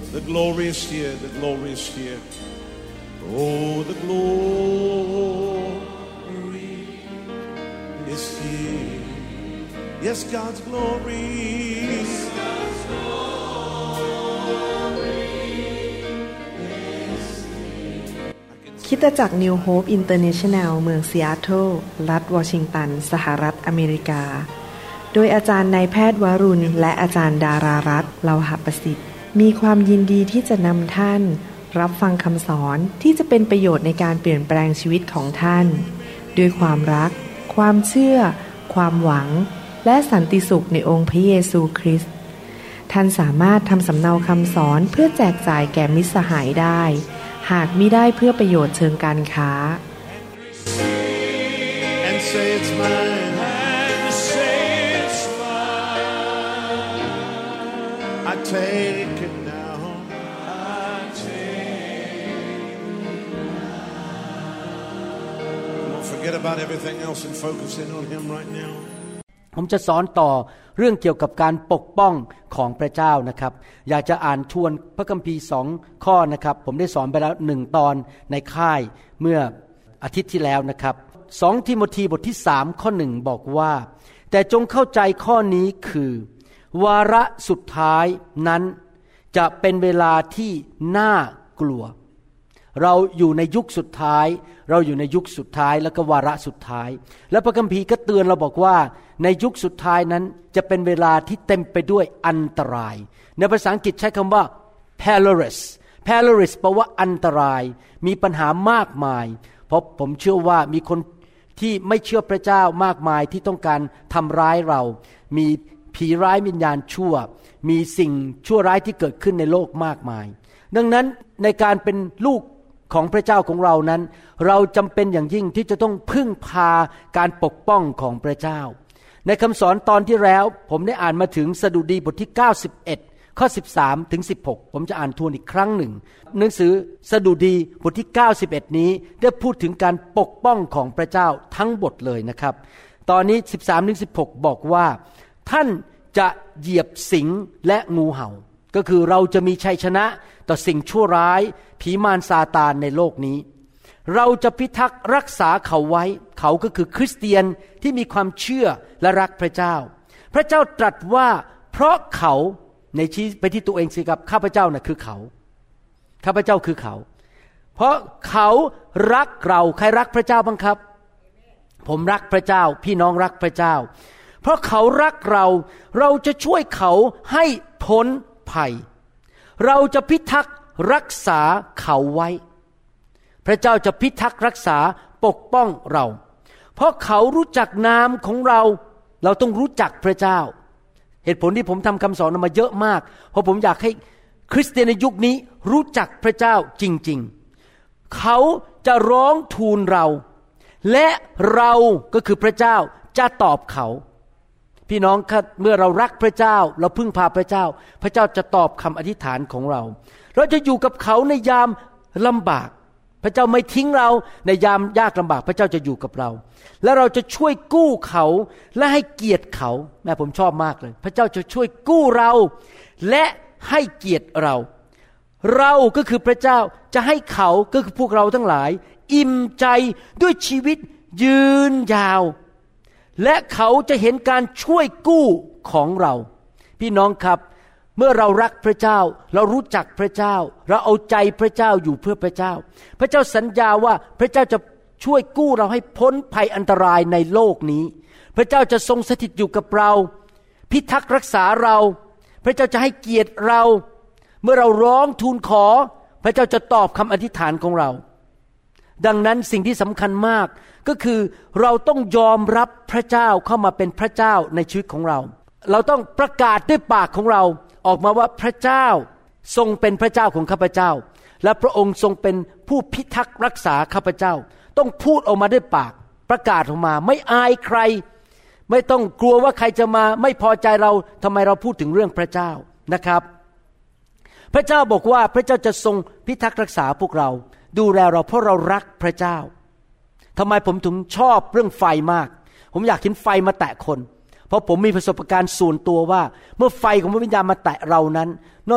The glory is here. The glory is here. Oh, the glory is here. Yes, God's glory. Yes, God's glory is here. คริสตจักร New Hope International เมืองซีแอตเทิลรัฐวอชิงตันสหรัฐอเมริกาโดยอาจารย์นายแพทย์วรุณและอาจารย์ดารารัตน์เลาหประสิทธิ์มีความยินดีที่จะนำท่านรับฟังคำสอนที่จะเป็นประโยชน์ในการเปลี่ยนแปลงชีวิตของท่านด้วยความรักความเชื่อความหวังและสันติสุขในองค์พระเยซูคริสต์ท่านสามารถทำสำเนาคำสอนเพื่อแจกจ่ายแก่มิตรสหายได้หากมิได้เพื่อประโยชน์เชิงการค้า And say it's mine. And say it's mine. I take it now. I take it now. Don't forget about everything else and focus in on Him right now. ผมจะสอนต่อเรื่องเกี่ยวกับการปกป้องของพระเจ้านะครับอยากจะอ่านทวนพระคัมภีร์2ข้อนะครับผมได้สอนไปแล้ว1ตอนในค่ายเมื่ออาทิตย์ที่แล้วนะครับ2ทิโมธีบทที่3ข้อ1บอกว่าแต่จงเข้าใจข้อนี้คือวาระสุดท้ายนั้นจะเป็นเวลาที่น่ากลัวเราอยู่ในยุคสุดท้ายเราอยู่ในยุคสุดท้ายแล้วก็วาระสุดท้ายและพระคัมภีร์ก็เตือนเราบอกว่าในยุคสุดท้ายนั้นจะเป็นเวลาที่เต็มไปด้วยอันตรายในภาษาอังกฤษใช้คำว่า perilous แปลว่าอันตรายมีปัญหามากมายเพราะผมเชื่อว่ามีคนที่ไม่เชื่อพระเจ้ามากมายที่ต้องการทำร้ายเรามีผีร้ายวิญญาณชั่วมีสิ่งชั่วร้ายที่เกิดขึ้นในโลกมากมายดังนั้นในการเป็นลูกของพระเจ้าของเรานั้นเราจำเป็นอย่างยิ่งที่จะต้องพึ่งพาการปกป้องของพระเจ้าในคำสอนตอนที่แล้วผมได้อ่านมาถึงสดุดีบทที่91ข้อ13ถึง16ผมจะอ่านทวนอีกครั้งหนึ่งหนังสือสดุดีบทที่91นี้ได้พูดถึงการปกป้องของพระเจ้าทั้งบทเลยนะครับตอนนี้13ถึง16บอกว่าท่านจะเหยียบสิงและงูเห่าก็คือเราจะมีชัยชนะต่อสิ่งชั่วร้ายผีมารซาตานในโลกนี้เราจะพิทักษ์รักษาเขาไว้เขาก็คือคริสเตียนที่มีความเชื่อและรักพระเจ้าพระเจ้าตรัสว่าเพราะเขาในชี้ไปที่ตัวเองสิครับข้าพเจ้าน่ะคือเขาข้าพเจ้าคือเขาเพราะเขารักเราใครรักพระเจ้าบ้างครับผมรักพระเจ้าพี่น้องรักพระเจ้าเพราะเขารักเราเราจะช่วยเขาให้พ้นภัยเราจะพิทักษ์รักษาเขาไว้พระเจ้าจะพิทักษ์รักษาปกป้องเราเพราะเขารู้จักนามของเราเราต้องรู้จักพระเจ้าเหตุผลที่ผมทำคำสอนมาเยอะมากเพราะผมอยากให้คริสเตียนในยุคนี้รู้จักพระเจ้าจริงๆเขาจะร้องทูลเราและเราก็คือพระเจ้าจะตอบเขาพี่น้องเมื่อเรารักพระเจ้าเราพึ่งพาพระเจ้าพระเจ้าจะตอบคำอธิษฐานของเราเราจะอยู่กับเขาในยามลำบากพระเจ้าไม่ทิ้งเราในยามยากลำบากพระเจ้าจะอยู่กับเราและเราจะช่วยกู้เขาและให้เกียรติเขาแม่ผมชอบมากเลยพระเจ้าจะช่วยกู้เราและให้เกียรติเราเราก็คือพระเจ้าจะให้เขาก็คือพวกเราทั้งหลายอิ่มใจด้วยชีวิตยืนยาวและเขาจะเห็นการช่วยกู้ของเราพี่น้องครับเมื่อเรารักพระเจ้าเรารู้จักพระเจ้าเราเอาใจพระเจ้าอยู่เพื่อพระเจ้าพระเจ้าสัญญาว่าพระเจ้าจะช่วยกู้เราให้พ้นภัยอันตรายในโลกนี้พระเจ้าจะทรงสถิตอยู่กับเราพิทักษ์รักษาเราพระเจ้าจะให้เกียรติเราเมื่อเราร้องทูลขอพระเจ้าจะตอบคำอธิษฐานของเราดังนั้นสิ่งที่สำคัญมากก็คือเราต้องยอมรับพระเจ้าเข้ามาเป็นพระเจ้าในชีวิตของเราเราต้องประกาศด้วยปากของเราออกมาว่าพระเจ้าทรงเป็นพระเจ้าของข้าพเจ้าและพระองค์ทรงเป็นผู้พิทักษ์รักษาข้าพเจ้าต้องพูดออกมาด้วยปากประกาศออกมาไม่อายใครไม่ต้องกลัวว่าใครจะมาไม่พอใจเราทำไมเราพูดถึงเรื่องพระเจ้านะครับพระเจ้าบอกว่าพระเจ้าจะทรงพิทักษ์รักษาพวกเราดูแลเราเพราะเรารักพระเจ้าทำไมผมถึงชอบเรื่องไฟมากผมอยากเห็นไฟมาแตะคนเพราะผมมีประสบการณ์ส่วนตัวว่าเมื่อไฟของพระวิญญาณมาแตะเรานั้นนอกจาก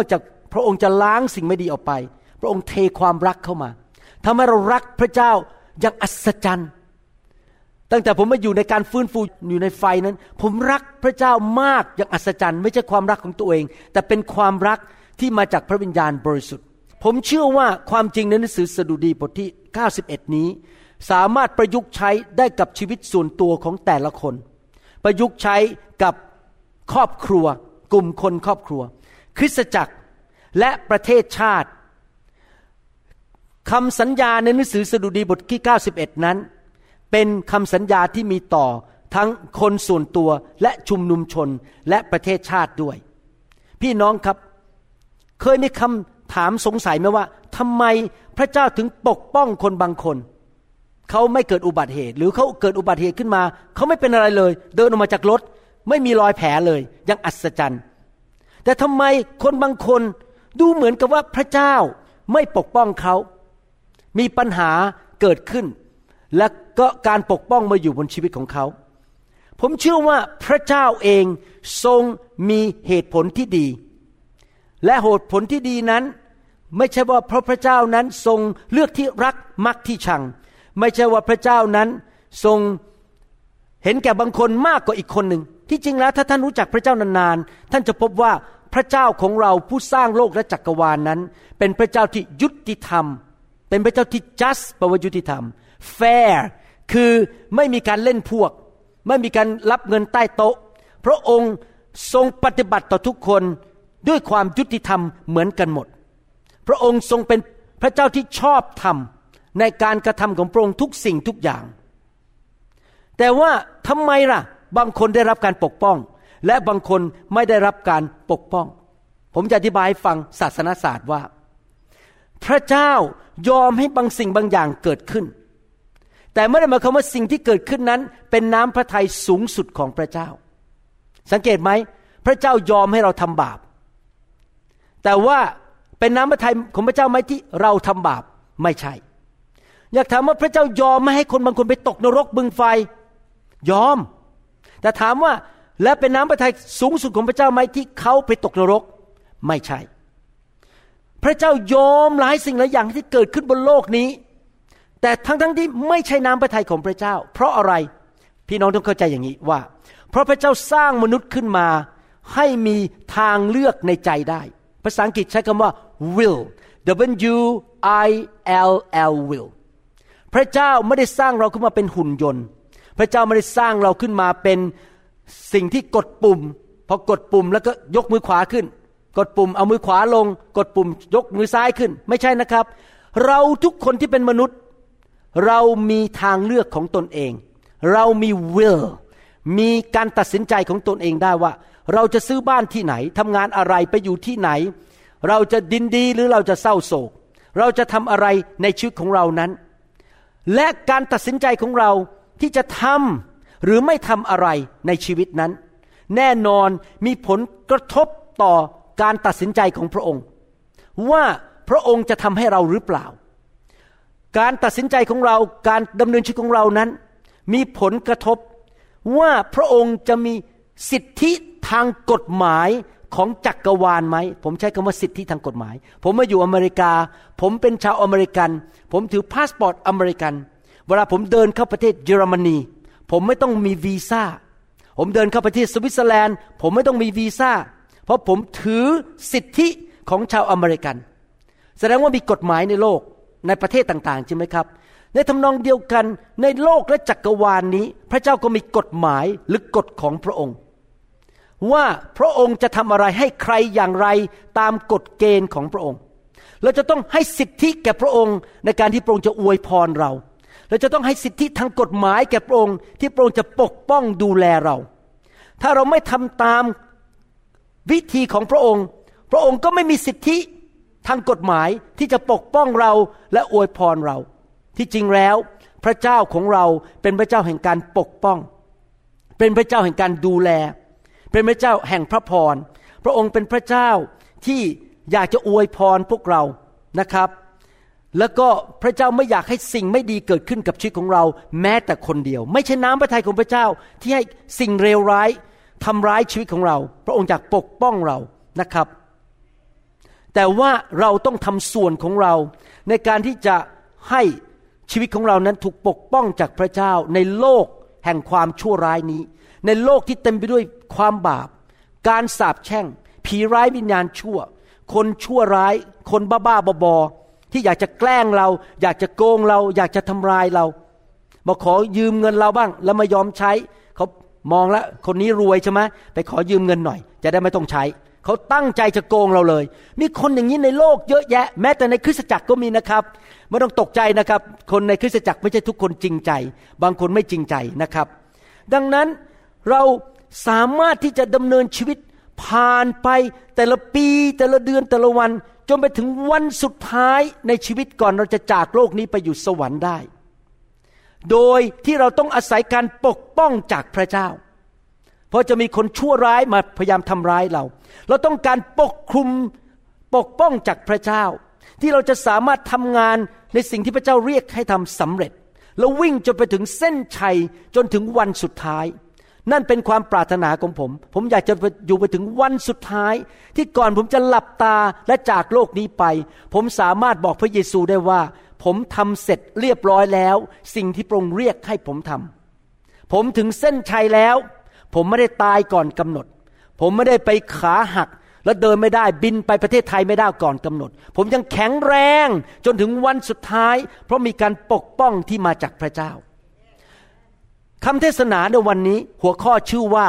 พระองค์จะล้างสิ่งไม่ดีออกไปพระองค์เทความรักเข้ามาทำให้เรารักพระเจ้าอย่างอัศจรรย์ตั้งแต่ผมมาอยู่ในการฟื้นฟูอยู่ในไฟนั้นผมรักพระเจ้ามากอย่างอัศจรรย์ไม่ใช่ความรักของตัวเองแต่เป็นความรักที่มาจากพระวิญญาณบริสุทธิ์ผมเชื่อว่าความจริงในหนังสือสดุดีบทที่91นี้สามารถประยุกต์ใช้ได้กับชีวิตส่วนตัวของแต่ละคนประยุกต์ใช้กับครอบครัวกลุ่มคนครอบครัวคริสตจักรและประเทศชาติคำสัญญาในหนังสือสดุดีบทที่91นั้นเป็นคำสัญญาที่มีต่อทั้งคนส่วนตัวและชุมนุมชนและประเทศชาติด้วยพี่น้องครับเคยมีคำถามสงสัยไหมว่าทำไมพระเจ้าถึงปกป้องคนบางคนเขาไม่เกิดอุบัติเหตุหรือเขาเกิดอุบัติเหตุขึ้นมาเขาไม่เป็นอะไรเลยเดินออกมาจากรถไม่มีรอยแผลเลยยังอัศจรรย์แต่ทำไมคนบางคนดูเหมือนกับว่าพระเจ้าไม่ปกป้องเขามีปัญหาเกิดขึ้นและก็การปกป้องมาอยู่บนชีวิตของเขาผมเชื่อว่าพระเจ้าเองทรงมีเหตุผลที่ดีและเหตุผลที่ดีนั้นไม่ใช่ว่าเพราะพระเจ้านั้นทรงเลือกที่รักมักที่ชังไม่ใช่ว่าพระเจ้านั้นทรงเห็นแก่บางคนมากกว่าอีกคนหนึ่งที่จริงแล้วถ้าท่านรู้จักพระเจ้านานๆท่านจะพบว่าพระเจ้าของเราผู้สร้างโลกและจักรวาล นั้นเป็นพระเจ้าที่ยุติธรรมเป็นพระเจ้าที่ just แปลว่ายุติธรรม fair คือไม่มีการเล่นพวกไม่มีการรับเงินใต้โต๊ะพระองค์ทรงปฏิบัติต่อทุกคนด้วยความยุติธรรมเหมือนกันหมดพระองค์ทรงเป็นพระเจ้าที่ชอบธรรมในการกระทำของพระองค์ทุกสิ่งทุกอย่างแต่ว่าทำไมล่ะบางคนได้รับการปกป้องและบางคนไม่ได้รับการปกป้องผมจะอธิบายให้ฟังศาสนศาสตร์ว่าพระเจ้ายอมให้บางสิ่งบางอย่างเกิดขึ้นแต่ไม่ได้หมายความว่าสิ่งที่เกิดขึ้นนั้นเป็นน้ำพระทัยสูงสุดของพระเจ้าสังเกตไหมพระเจ้ายอมให้เราทำบาปแต่ว่าเป็นน้ำพระทัยของพระเจ้าไหมที่เราทำบาปไม่ใช่อยากถามว่าพระเจ้ายอมไม่ให้คนบางคนไปตกนรกบึงไฟยอมแต่ถามว่าและเป็นน้ำพระทัยสูงสุดของพระเจ้าไหมที่เขาไปตกนรกไม่ใช่พระเจ้ายอมหลายสิ่งหลายอย่างที่เกิดขึ้นบนโลกนี้แต่ทั้งที่ไม่ใช่น้ำพระทัยของพระเจ้าเพราะอะไรพี่น้องต้องเข้าใจอย่างนี้ว่าเพราะพระเจ้าสร้างมนุษย์ขึ้นมาให้มีทางเลือกในใจได้ภาษาอังกฤษใช้คำว่า will W-I-L-L will พระเจ้าไม่ได้สร้างเราขึ้นมาเป็นหุ่นยนต์พระเจ้าไม่ได้สร้างเราขึ้นมาเป็นสิ่งที่กดปุ่มพอกดปุ่มแล้วก็ยกมือขวาขึ้นกดปุ่มเอามือขวาลงกดปุ่มยกมือซ้ายขึ้นไม่ใช่นะครับเราทุกคนที่เป็นมนุษย์เรามีทางเลือกของตนเองเรามี will มีการตัดสินใจของตนเองได้ว่าเราจะซื้อบ้านที่ไหนทำงานอะไรไปอยู่ที่ไหนเราจะยินดีหรือเราจะเศร้าโศกเราจะทำอะไรในชีวิตของเรานั้นและการตัดสินใจของเราที่จะทำหรือไม่ทำอะไรในชีวิตนั้นแน่นอนมีผลกระทบต่อการตัดสินใจของพระองค์ว่าพระองค์จะทำให้เราหรือเปล่าการตัดสินใจของเราการดำเนินชีวิตของเรานั้นมีผลกระทบว่าพระองค์จะมีสิทธิทางกฎหมายของจักรวาลไหมผมใช้คำว่าสิทธิทางกฎหมายผมมาอยู่อเมริกาผมเป็นชาวอเมริกันผมถือพาสปอร์ตอเมริกันเวลาผมเดินเข้าประเทศเยอรมนีผมไม่ต้องมีวีซ่าผมเดินเข้าประเทศสวิตเซอร์แลนด์ผมไม่ต้องมีวีซ่าเพราะผมถือสิทธิของชาวอเมริกันแสดงว่ามีกฎหมายในโลกในประเทศต่างๆใช่ไหมครับในทำนองเดียวกันในโลกและจักรวาล นี้พระเจ้าก็มีกฎหมายหรือกฎของพระองค์ว่าพระองค์จะทำอะไรให้ใครอย่างไรตามกฎเกณฑ์ของพระองค์เราจะต้องให้สิทธิแก่พระองค์ในการที่พระองค์จะอวยพรเราเราจะต้องให้สิทธิทางกฎหมายแก่พระองค์ที่พระองค์จะปกป้องดูแลเราถ้าเราไม่ทำตามวิธีของพระองค์พระองค์ก็ไม่มีสิทธิทางกฎหมายที่จะปกป้องเราและอวยพรเราที่จริงแล้วพระเจ้าของเราเป็นพระเจ้าแห่งการปกป้องเป็นพระเจ้าแห่งการดูแลเป็นพระเจ้าแห่งพระพรพระองค์เป็นพระเจ้าที่อยากจะอวยพรพวกเรานะครับแล้วก็พระเจ้าไม่อยากให้สิ่งไม่ดีเกิดขึ้นกับชีวิตของเราแม้แต่คนเดียวไม่ใช่น้ำพระทัยของพระเจ้าที่ให้สิ่งเลวร้ายทำร้ายชีวิตของเราพระองค์อยากปกป้องเรานะครับแต่แต่ว่าเราต้องทำส่วนของเราในการที่จะให้ชีวิตของเรานั้นถูกปกป้องจากพระเจ้าในโลกแห่งความชั่วร้ายนี้ในโลกที่เต็มไปด้วยความบาปการสาปแช่งผีร้ายวิญญาณชั่วคนชั่วร้ายคนบ้าๆบอๆที่อยากจะแกล้งเราอยากจะโกงเราอยากจะทำลายเรามาขอยืมเงินเราบ้างแล้วไม่ยอมใช้เขามองแล้วคนนี้รวยใช่ไหมไปขอยืมเงินหน่อยจะได้ไม่ต้องใช้เขาตั้งใจจะโกงเราเลยมีคนอย่างนี้ในโลกเยอะแยะแม้แต่ในคริสตจักรก็มีนะครับไม่ต้องตกใจนะครับคนในคริสตจักรไม่ใช่ทุกคนจริงใจบางคนไม่จริงใจนะครับดังนั้นเราสามารถที่จะดำเนินชีวิตผ่านไปแต่ละปีแต่ละเดือนแต่ละวันจนไปถึงวันสุดท้ายในชีวิตก่อนเราจะจากโลกนี้ไปอยู่สวรรค์ได้โดยที่เราต้องอาศัยการปกป้องจากพระเจ้าเพราะจะมีคนชั่วร้ายมาพยายามทำร้ายเราต้องการปกคลุมปกป้องจากพระเจ้าที่เราจะสามารถทำงานในสิ่งที่พระเจ้าเรียกให้ทำสำเร็จแล้ววิ่งจนไปถึงเส้นชัยจนถึงวันสุดท้ายนั่นเป็นความปรารถนาของผมอยากจะอยู่ไปถึงวันสุดท้ายที่ก่อนผมจะหลับตาและจากโลกนี้ไปผมสามารถบอกพระเยซูได้ว่าผมทำเสร็จเรียบร้อยแล้วสิ่งที่พระองค์เรียกให้ผมทำผมถึงเส้นชัยแล้วผมไม่ได้ตายก่อนกำหนดผมไม่ได้ไปขาหักแล้วเดินไม่ได้บินไปประเทศไทยไม่ได้ก่อนกำหนดผมยังแข็งแรงจนถึงวันสุดท้ายเพราะมีการปกป้องที่มาจากพระเจ้าคำเทศนาในวันนี้หัวข้อชื่อว่า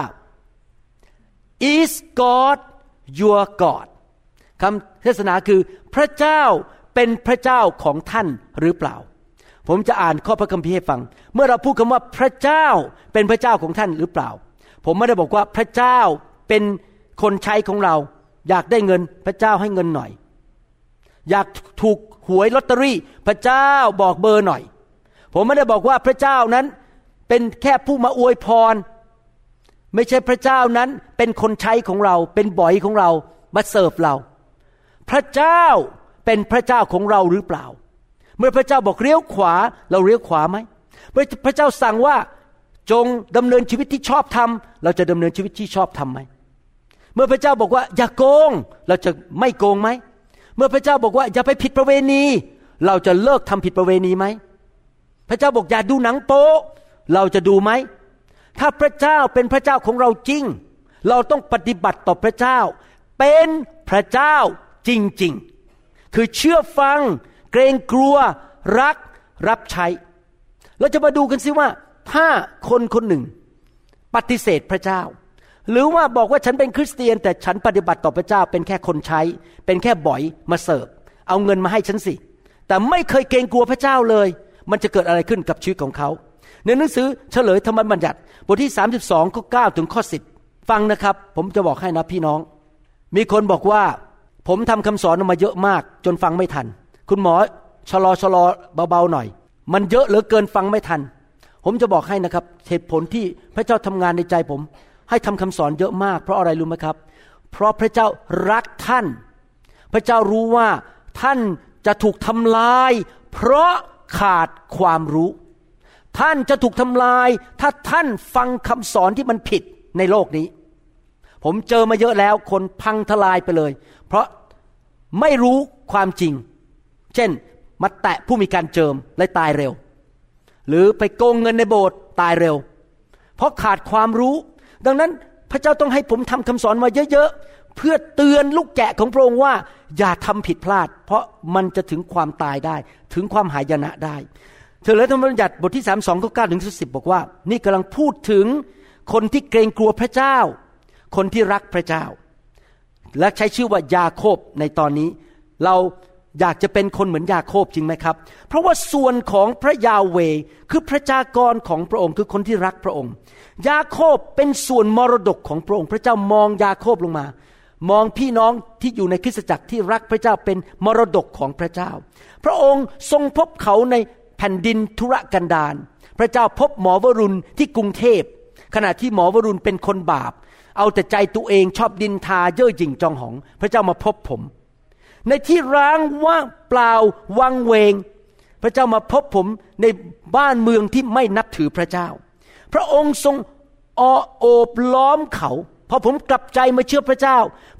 Is God your God คำเทศนาคือพระเจ้าเป็นพระเจ้าของท่านหรือเปล่าผมจะอ่านข้อพระคัมภีร์ให้ฟังเมื่อเราพูดคำว่าพระเจ้าเป็นพระเจ้าของท่านหรือเปล่าผมไม่ได้บอกว่าพระเจ้าเป็นคนใช้ของเราอยากได้เงินพระเจ้าให้เงินหน่อยอยากถูกหวยลอตเตอรี่พระเจ้าบอกเบอร์หน่อยผมไม่ได้บอกว่าพระเจ้านั้นเป็นแค่ผู้มาอวยพรไม่ใช่พระเจ้านั้นเป็นคนใช้ของเราเป็นบ่อยของเรามาเสิร์ฟเราพระเจ้าเป็นพระเจ้าของเราหรือเปล่าเมื่อพระเจ้าบอกเลี้ยวขวาเราเลี้ยวขวาไหมเมื่อพระเจ้าสั่งว่าจงดำเนินชีวิตที่ชอบธรรมเราจะดำเนินชีวิตที่ชอบธรรมไหมเมื่อพระเจ้าบอกว่าอย่าโกงเราจะไม่โกงไหมเมื่อพระเจ้าบอกว่าอย่าไปผิดประเวณีเราจะเลิกทำผิดประเวณีไหมพระเจ้าบอกอย่าดูหนังโป๊เราจะดูไหมถ้าพระเจ้าเป็นพระเจ้าของเราจริงเราต้องปฏิบัติต่อพระเจ้าเป็นพระเจ้าจริงๆคือเชื่อฟังเกรงกลัวรักรับใช้เราจะมาดูกันสิว่าถ้าคนคนหนึ่งปฏิเสธพระเจ้าหรือว่าบอกว่าฉันเป็นคริสเตียนแต่ฉันปฏิบัติต่อพระเจ้าเป็นแค่คนใช้เป็นแค่บ่อยมาเสิร์ฟเอาเงินมาให้ฉันสิแต่ไม่เคยเกรงกลัวพระเจ้าเลยมันจะเกิดอะไรขึ้นกับชีวิตของเขาในหนังสือเฉลยธรรมบัญญัติบทที่32ข้อ9ถึงข้อ10ฟังนะครับผมจะบอกให้นะพี่น้องมีคนบอกว่าผมทำคำสอนออกมาเยอะมากจนฟังไม่ทันคุณหมอชะลอเบาๆหน่อยมันเยอะเหลือเกินฟังไม่ทันผมจะบอกให้นะครับเหตุผลที่พระเจ้าทำงานในใจผมให้ทำคำสอนเยอะมากเพราะอะไรรู้ไหมครับเพราะพระเจ้ารักท่านพระเจ้ารู้ว่าท่านจะถูกทำลายเพราะขาดความรู้ท่านจะถูกทำลายถ้าท่านฟังคำสอนที่มันผิดในโลกนี้ผมเจอมาเยอะแล้วคนพังทลายไปเลยเพราะไม่รู้ความจริงเช่นมาแตะผู้มีการเจิมและตายเร็วหรือไปโกงเงินในโบสถ์ตายเร็วเพราะขาดความรู้ดังนั้นพระเจ้าต้องให้ผมทำคำสอนมาเยอะๆเพื่อเตือนลูกแกะของพระองค์ว่าอย่าทำผิดพลาดเพราะมันจะถึงความตายได้ถึงความหายนะได้เฉลยธรรมบัญญัติบทที่32ข้อ9ถึง10บอกว่านี่กำลังพูดถึงคนที่เกรงกลัวพระเจ้าคนที่รักพระเจ้าและใช้ชื่อว่ายาโคบในตอนนี้เราอยากจะเป็นคนเหมือนยาโคบจริงไหมครับเพราะว่าส่วนของพระยาเวห์คือประชากรของพระองค์คือคนที่รักพระองค์ยาโคบเป็นส่วนมรดกของพระองค์พระเจ้ามองยาโคบลงมามองพี่น้องที่อยู่ในคริสตจักรที่รักพระเจ้าเป็นมรดกของพระเจ้าพระองค์ทรงพบเขาในแผ่นดินทุรกันดารพระเจ้าพบหมอวรุณที่กรุงเทพขณะที่หมอวรุณเป็นคนบาปเอาแต่ใจตัวเองชอบดินทาเย่อหยิ่งจองหองพระเจ้ามาพบผมในที่ร้างว่างเปล่าวังเวงพระเจ้ามาพบผมในบ้านเมืองที่ไม่นับถือพระเจ้าพระองค์ทรงโอบล้อมเขาพอผมกลับใจมาเชื่อพระเจ้าพระเจ้า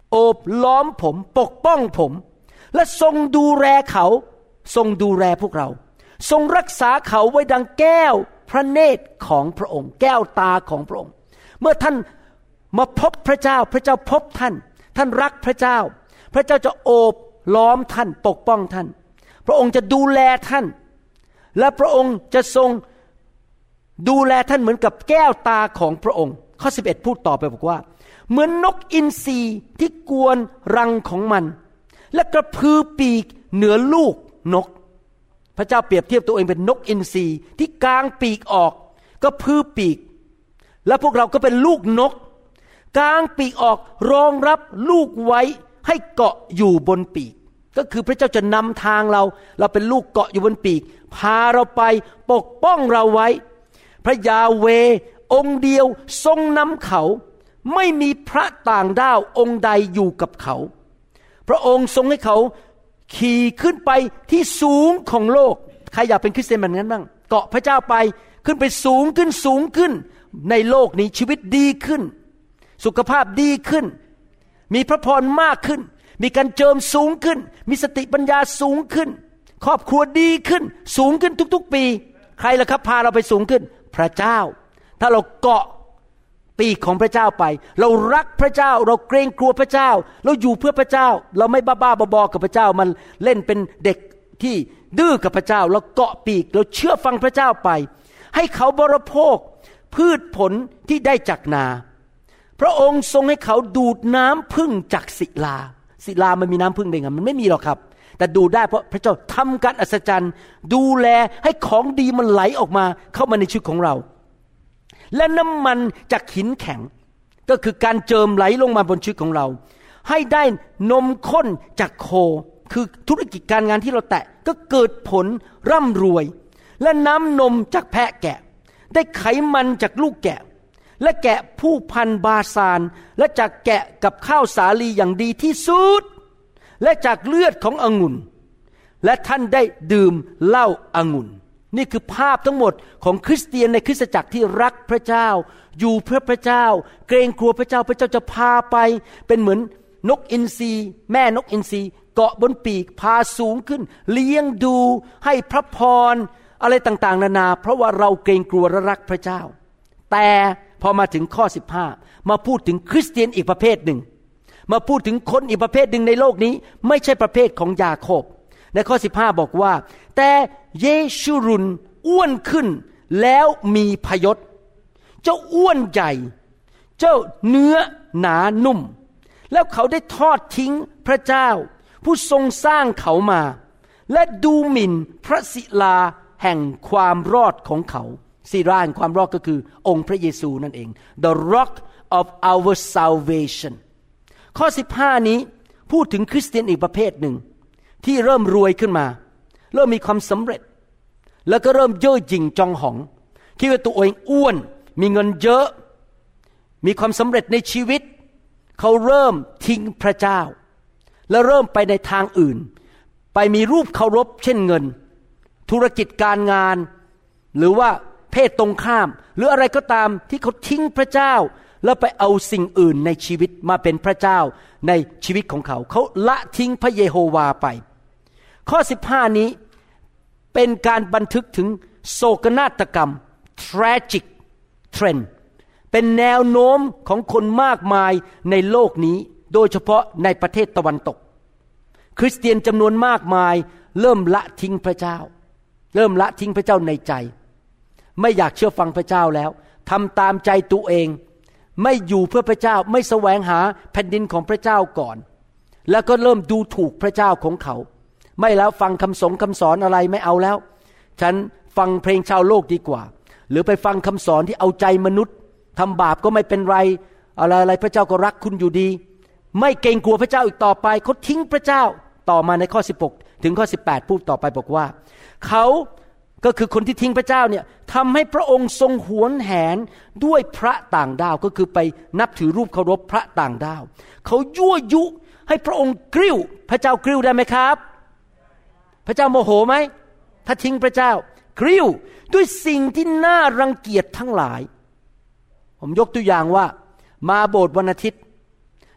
โอบล้อมผมปกป้องผมและทรงดูแลเขาทรงดูแลพวกเราทรงรักษาเขาไว้ดังแก้วพระเนตรของพระองค์แก้วตาของพระองค์เมื่อท่านมาพบพระเจ้าพระเจ้าพบท่านท่านรักพระเจ้าพระเจ้าจะโอบล้อมท่านปกป้องท่านพระองค์จะดูแลท่านและพระองค์จะทรงดูแลท่านเหมือนกับแก้วตาของพระองค์ข้อ11พูดต่อไปบอกว่าเหมือนนกอินทรีที่กวนรังของมันและกระพือปีกเหนือลูกนกพระเจ้าเปรียบเทียบตัวเองเป็นนกอินทรีที่กางปีกออกกระพือปีกและพวกเราก็เป็นลูกนกกางปีกออกรองรับลูกไว้ให้เกาะอยู่บนปีกก็คือพระเจ้าจะนำทางเราเป็นลูกเกาะอยู่บนปีกพาเราไปปกป้องเราไว้พระยาเวห์องค์เดียวทรงนำเขาไม่มีพระต่างด้าวองค์ใดอยู่กับเขาพระองค์ทรงให้เขาขี่ขึ้นไปที่สูงของโลกใครอยากเป็นคริสเตียนแบบนั้นบ้างเกาะพระเจ้าไปขึ้นไปสูงขึ้นในโลกนี้ชีวิตดีขึ้นสุขภาพดีขึ้นมีพระพรมากขึ้นมีการเจิมสูงขึ้นมีสติปัญญาสูงขึ้นครอบครัวดีขึ้นสูงขึ้นทุกๆปีใครล่ะครับพาเราไปสูงขึ้นพระเจ้าถ้าเราเกาะปีกของพระเจ้าไปเรารักพระเจ้าเราเกรงกลัวพระเจ้าเราอยู่เพื่อพระเจ้าเราไม่บ้าๆบอๆกับพระเจ้ามันเล่นเป็นเด็กที่ดื้อกับพระเจ้าเราเกาะปีกเราเชื่อฟังพระเจ้าไปให้เขาบริโภคพืชผลที่ได้จากนาพระองค์ทรงให้เขาดูดน้ำพึ่งจากศิลามันมีน้ำพึ่งได้ไงมันไม่มีหรอกครับแต่ดูได้เพราะพระเจ้าทำการอัศจรรย์ดูแลให้ของดีมันไหลออกมาเข้ามาในชีวิตของเราและน้ำมันจากหินแข็งก็คือการเจิมไหลลงมาบนชีวิตของเราให้ได้นมข้นจากโคคือธุรกิจการงานที่เราแตะก็เกิดผลร่ำรวยและน้ำนมจากแพะแกะได้ไขมันจากลูกแกะและแกะผู้พันบาซานและจากแกะกับข้าวสาลีอย่างดีที่สุดและจากเลือดขององุ่นและท่านได้ดื่มเหล้าองุ่นนี่คือภาพทั้งหมดของคริสเตียนในคริสตจักรที่รักพระเจ้าอยู่เพื่อพระเจ้าเกรงกลัวพระเจ้าพระเจ้าจะพาไปเป็นเหมือนนกอินทรีแม่นกอินทรีเกาะบนปีกพาสูงขึ้นเลี้ยงดูให้พระพรอะไรต่างๆนานาเพราะว่าเราเกรงกลัวและรักพระเจ้าแต่พอมาถึงข้อ15มาพูดถึงคริสเตียนอีกประเภทหนึ่งมาพูดถึงคนอีกประเภทหนึ่งในโลกนี้ไม่ใช่ประเภทของยาโคบในข้อ15บอกว่าแต่เยชูรุนอ้วนขึ้นแล้วมีพยศเจ้าอ้วนใหญ่เจ้าเนื้อหนานุ่มแล้วเขาได้ทอดทิ้งพระเจ้าผู้ทรงสร้างเขามาและดูหมิ่นพระศิลาแห่งความรอดของเขาศิลาแห่งความรอดก็คือองค์พระเยซูนั่นเอง The Rock of our salvation ข้อ15นี้พูดถึงคริสเตียนอีกประเภทหนึ่งที่เริ่มรวยขึ้นมาเริ่มมีความสำเร็จแล้วก็เริ่มเย่อหยิ่งจองหองคิดว่าตัวเองอ้วนมีเงินเยอะมีความสำเร็จในชีวิตเขาเริ่มทิ้งพระเจ้าและเริ่มไปในทางอื่นไปมีรูปเคารพเช่นเงินธุรกิจการงานหรือว่าเพศตรงข้ามหรืออะไรก็ตามที่เขาทิ้งพระเจ้าแล้วไปเอาสิ่งอื่นในชีวิตมาเป็นพระเจ้าในชีวิตของเขาเขาละทิ้งพระเยโฮวาไปข้อ15นี้เป็นการบันทึกถึงโศกนาฏกรรม tragic trend เป็นแนวโน้มของคนมากมายในโลกนี้โดยเฉพาะในประเทศตะวันตกคริสเตียนจำนวนมากมายเริ่มละทิ้งพระเจ้าเริ่มละทิ้งพระเจ้าในใจไม่อยากเชื่อฟังพระเจ้าแล้วทำตามใจตัวเองไม่อยู่เพื่อพระเจ้าไม่แสวงหาแผ่นดินของพระเจ้าก่อนแล้วก็เริ่มดูถูกพระเจ้าของเขาไม่แล้วฟังคำสอนอะไรไม่เอาแล้วฉันฟังเพลงชาวโลกดีกว่าหรือไปฟังคำสอนที่เอาใจมนุษย์ทำบาปก็ไม่เป็นไรอะไรพระเจ้าก็รักคุณอยู่ดีไม่เกรงกลัวพระเจ้าอีกต่อไปเขาทิ้งพระเจ้าต่อมาในข้อ16ถึงข้อ18พูดต่อไปบอกว่าเขาก็คือคนที่ทิ้งพระเจ้าเนี่ยทำให้พระองค์ทรงหวงแหนด้วยพระต่างดาวก็คือไปนับถือรูปเคารพพระต่างดาวเขายั่วยุให้พระองค์กริ้วพระเจ้ากริ้วได้ไหมครับพระเจ้าโมโหไหมถ้าทิ้งพระเจ้ากริ้วด้วยสิ่งที่น่ารังเกียจทั้งหลายผมยกตัวอย่างว่ามาโบสถ์วันอาทิตย์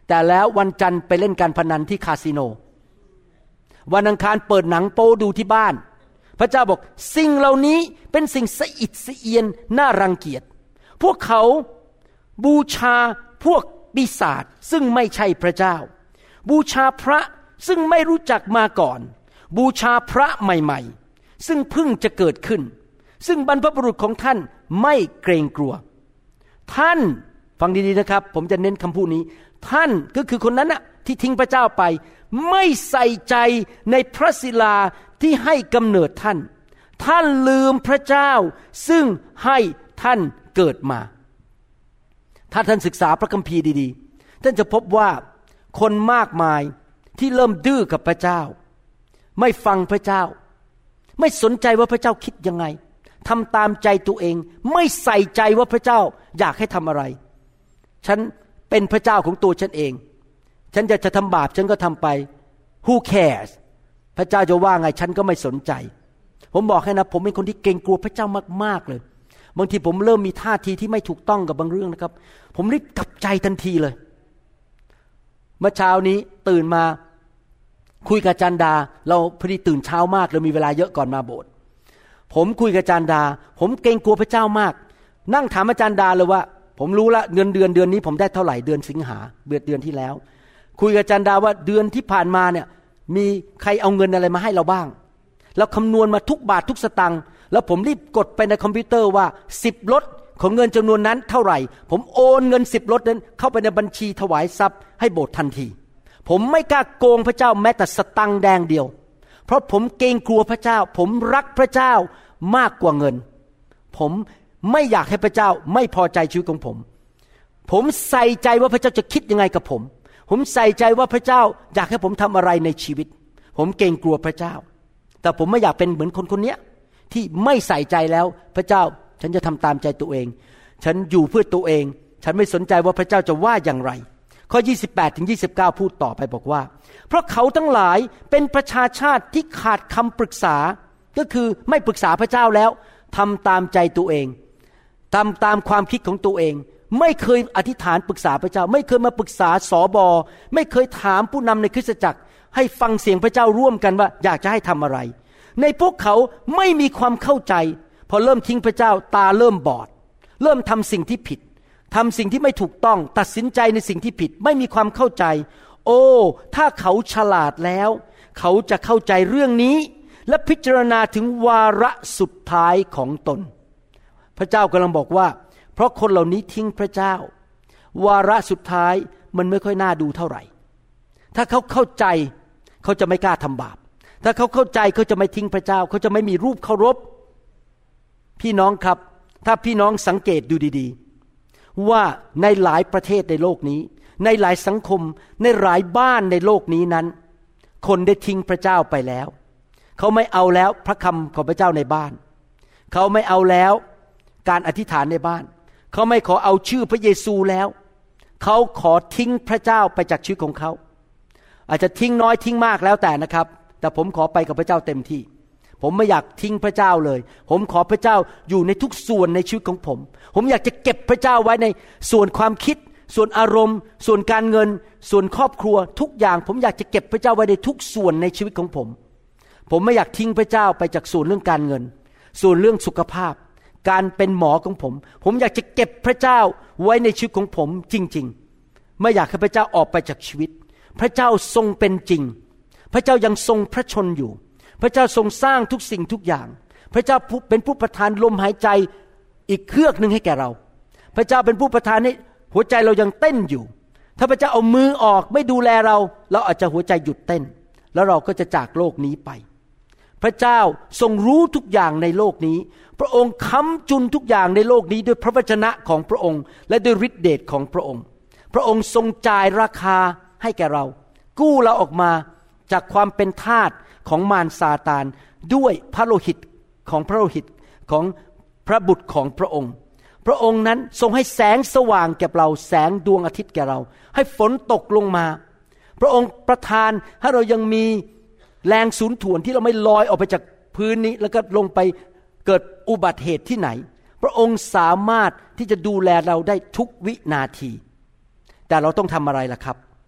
แต่แล้ววันจันทร์ไปเล่นการพนันที่คาสิโนวันอังคารเปิดหนังโป๊ดูที่บ้านพระเจ้าบอกสิ่งเหล่านี้เป็นสิ่งสะอิดสะเอียนน่ารังเกียจพวกเขาบูชาพวกปีศาจซึ่งไม่ใช่พระเจ้าบูชาพระซึ่งไม่รู้จักมาก่อนบูชาพระใหม่ๆซึ่งเพิ่งจะเกิดขึ้นซึ่งบรรพบุรุษของท่านไม่เกรงกลัวท่านฟังดีๆนะครับผมจะเน้นคำพูดนี้ท่านก็คือคนนั้นน่ะที่ทิ้งพระเจ้าไปไม่ใส่ใจในพระศิลาที่ให้กำเนิดท่านท่านลืมพระเจ้าซึ่งให้ท่านเกิดมาถ้าท่านศึกษาพระคัมภีร์ดีๆท่านจะพบว่าคนมากมายที่เริ่มดื้อกับพระเจ้าไม่ฟังพระเจ้าไม่สนใจว่าพระเจ้าคิดยังไงทำตามใจตัวเองไม่ใส่ใจว่าพระเจ้าอยากให้ทำอะไรฉันเป็นพระเจ้าของตัวฉันเองฉันจะทำบาปฉันก็ทำไป Who cares พระเจ้าจะว่าไงฉันก็ไม่สนใจผมบอกให้นะผมเป็นคนที่เกรงกลัวพระเจ้ามากๆเลยบางทีผมเริ่มมีท่าทีที่ไม่ถูกต้องกับบางเรื่องนะครับผมรีบกลับใจทันทีเลยเมื่อเช้านี้ตื่นมาคุยกับอาจารย์ดาเราพอดีตื่นเช้ามากเลยมีเวลาเยอะก่อนมาโบสถ์ผมคุยกับอาจารย์ดาผมเกรงกลัวพระเจ้ามากนั่งถามอาจารย์ดาเลยว่าผมรู้ละเงินเดือนนี้ผมได้เท่าไหร่เดือนสิงหาเดือนที่แล้วคุยกับอาจารย์ดาว่าเดือนที่ผ่านมาเนี่ยมีใครเอาเงินอะไรมาให้เราบ้างแล้วคำนวณมาทุกบาททุกสตางค์แล้วผมรีบกดไปในคอมพิวเตอร์ว่า10ลดของเงินจำนวนนั้นเท่าไหร่ผมโอนเงิน10ลดนั้นเข้าไปในบัญชีถวายทรัพย์ให้โบสถ์ทันทีผมไม่กล้าโกงพระเจ้าแม้แต่สตังค์แดงเดียวเพราะผมเกรงกลัวพระเจ้าผมรักพระเจ้ามากกว่าเงินผมไม่อยากให้พระเจ้าไม่พอใจชีวิตของผมใส่ใจว่าพระเจ้าจะคิดยังไงกับผมใส่ใจว่าพระเจ้าอยากให้ผมทำอะไรในชีวิตผมเกรงกลัวพระเจ้าแต่ผมไม่อยากเป็นเหมือนคนนี้ที่ไม่ใส่ใจแล้วพระเจ้าฉันจะทำตามใจตัวเองฉันอยู่เพื่อตัวเองฉันไม่สนใจว่าพระเจ้าจะว่าอย่างไรข้อ28ถึง29พูดต่อไปบอกว่าเพราะเขาทั้งหลายเป็นประชาชาติที่ขาดคำปรึกษาก็คือไม่ปรึกษาพระเจ้าแล้วทำตามใจตัวเองทำตามความคิดของตัวเองไม่เคยอธิษฐานปรึกษาพระเจ้าไม่เคยมาปรึกษาสบไม่เคยถามผู้นำในคริสตจักรให้ฟังเสียงพระเจ้าร่วมกันว่าอยากจะให้ทำอะไรในพวกเขาไม่มีความเข้าใจพอเริ่มทิ้งพระเจ้าตาเริ่มบอดเริ่มทำสิ่งที่ผิดทำสิ่งที่ไม่ถูกต้องตัดสินใจในสิ่งที่ผิดไม่มีความเข้าใจโอ้ถ้าเขาฉลาดแล้วเขาจะเข้าใจเรื่องนี้และพิจารณาถึงวาระสุดท้ายของตนพระเจ้ากำลังบอกว่าเพราะคนเหล่านี้ทิ้งพระเจ้าวาระสุดท้ายมันไม่ค่อยน่าดูเท่าไหร่ถ้าเขาเข้าใจเขาจะไม่กล้าทำบาปถ้าเขาเข้าใจเขาจะไม่ทิ้งพระเจ้าเขาจะไม่มีรูปเคารพพี่น้องครับถ้าพี่น้องสังเกตดูดีๆว่าในหลายประเทศในโลกนี้ในหลายสังคมในหลายบ้านในโลกนี้นั้นคนได้ทิ้งพระเจ้าไปแล้วเขาไม่เอาแล้วพระคำของพระเจ้าในบ้านเขาไม่เอาแล้วการอธิษฐานในบ้านเขาไม่ขอเอาชื่อพระเยซูแล้วเขาขอทิ้งพระเจ้าไปจากชีวิตของเขาอาจจะทิ้งน้อยทิ้งมากแล้วแต่นะครับแต่ผมขอไปกับพระเจ้าเต็มที่ผมไม่อยากทิ้งพระเจ้าเลยผมขอพระเจ้าอยู่ในทุกส่วนในชีวิตของผมอยากจะเก็บพระเจ้าไว้ในส่วนความคิดส่วนอารมณ์ส่วนการเงินส่วนครอบครัวทุกอย่างผมอยากจะเก็บพระเจ้าไว้ในทุกส่วนในชีวิตของผมไม่อยากทิ้งพระเจ้าไปจากส่วนเรื่องการเงินส่วนเรื่องสุขภาพการเป็นหมอของผมอยากจะเก็บพระเจ้าไว้ในชีวิตของผมจริงๆไม่อยากให้พระเจ้าออกไปจากชีวิตพระเจ้าทรงเป็นจริงพระเจ้ายังทรงพระชนอยู่พระเจ้าทรงสร้างทุกสิ่งทุกอย่างพระเจ้าเป็นผู้ประทานลมหายใจอีกเครือกนึงให้แก่เราพระเจ้าเป็นผู้ประทานให้หัวใจเรายังเต้นอยู่ถ้าพระเจ้าเอามือออกไม่ดูแลเราอาจจะหัวใจหยุดเต้นแล้วเราก็จะจากโลกนี้ไปพระเจ้าทรงรู้ทุกอย่างในโลกนี้พระองค์ค้ำจุนทุกอย่างในโลกนี้ด้วยพระวจนะของพระองค์และด้วยฤทธิเดชของพระองค์พระองค์ทรงจ่ายราคาให้แก่เรากู้เราออกมาจากความเป็นทาสของมารซาตานด้วยพระโลหิตของพระโลหิตของพระบุตรของพระองค์พระองค์นั้นทรงให้แสงสว่างแก่เราแสงดวงอาทิตย์แก่เราให้ฝนตกลงมาพระองค์ประทานให้เรายังมีแรงสูญถ่วนที่เราไม่ลอยออกไปจากพื้นนี้แล้วก็ลงไปเกิดอุบัติเหตุที่ไหนพระองค์สามารถที่จะดูแลเราได้ทุกวินาทีแต่เราต้องทำอะไรล่ะครับ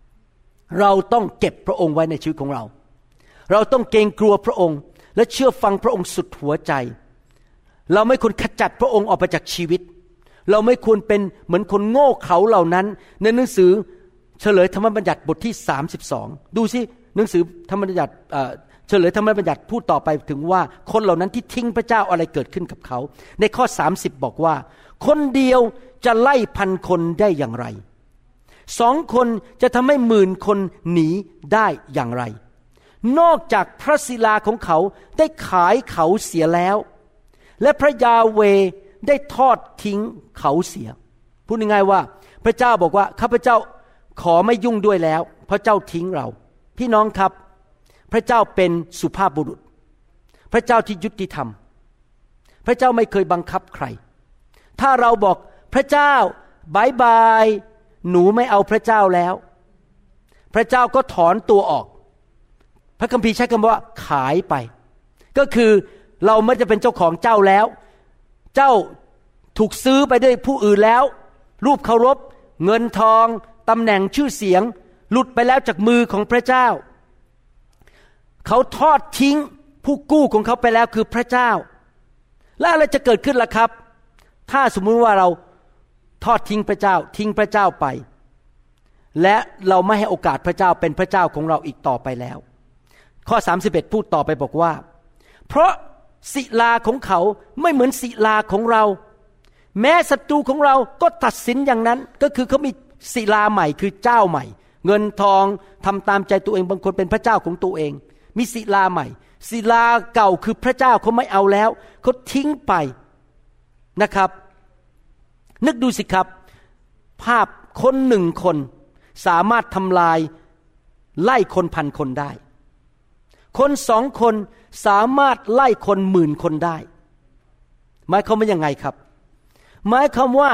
เราต้องเก็บพระองค์ไว้ในชีวิตของเราเราต้องเกรงกลัวพระองค์และเชื่อฟังพระองค์สุดหัวใจเราไม่ควรขจัดพระองค์ออกไปจากชีวิตเราไม่ควรเป็นเหมือนคนโง่เขลาเหล่านั้นในหนังสือเฉลยธรรมบัญญัติบทที่32ดูสิหนังสือธรรมบัญญัติเฉลยธรรมบัญญัติพูดต่อไปถึงว่าคนเหล่านั้นที่ทิ้งพระเจ้าอะไรเกิดขึ้นกับเขาในข้อ30บอกว่าคนเดียวจะไล่พันคนได้อย่างไร2 คนจะทำให้10,000 คนหนีได้อย่างไรนอกจากพระศิลาของเขาได้ขายเขาเสียแล้วและพระยาเวห์ได้ทอดทิ้งเขาเสียพูดง่ายๆว่าพระเจ้าบอกว่าข้าพเจ้าขอไม่ยุ่งด้วยแล้วเพราะเจ้าทิ้งเราพี่น้องครับพระเจ้าเป็นสุภาพบุรุษพระเจ้าที่ยุติธรรมพระเจ้าไม่เคยบังคับใครถ้าเราบอกพระเจ้าบายบายหนูไม่เอาพระเจ้าแล้วพระเจ้าก็ถอนตัวออกพระคัมภีร์ใช้คำว่าขายไปก็คือเราไม่จะเป็นเจ้าของเจ้าแล้วเจ้าถูกซื้อไปด้วยผู้อื่นแล้วรูปเคารพเงินทองตำแหน่งชื่อเสียงหลุดไปแล้วจากมือของพระเจ้าเขาทอดทิ้งผู้กู้ของเขาไปแล้วคือพระเจ้าแล้วอะไรจะเกิดขึ้นล่ะครับถ้าสมมุติว่าเราทอดทิ้งพระเจ้าทิ้งพระเจ้าไปและเราไม่ให้โอกาสพระเจ้าเป็นพระเจ้าของเราอีกต่อไปแล้วข้อ31พูดต่อไปบอกว่าเพราะศิลาของเขาไม่เหมือนศิลาของเราแม้ศัตรูของเราก็ตัดสินอย่างนั้นก็คือเขามีศิลาใหม่คือเจ้าใหม่เงินทองทำตามใจตัวเองบางคนเป็นพระเจ้าของตัวเองมีศิลาใหม่ศิลาเก่าคือพระเจ้าเขาไม่เอาแล้วเขาทิ้งไปนะครับนึกดูสิครับภาพคน1 คนสามารถทำลายไล่คน1,000 คนได้คน2 คนสามารถไล่คน10,000 คนได้หมายความว่ายังไงครับหมายความว่า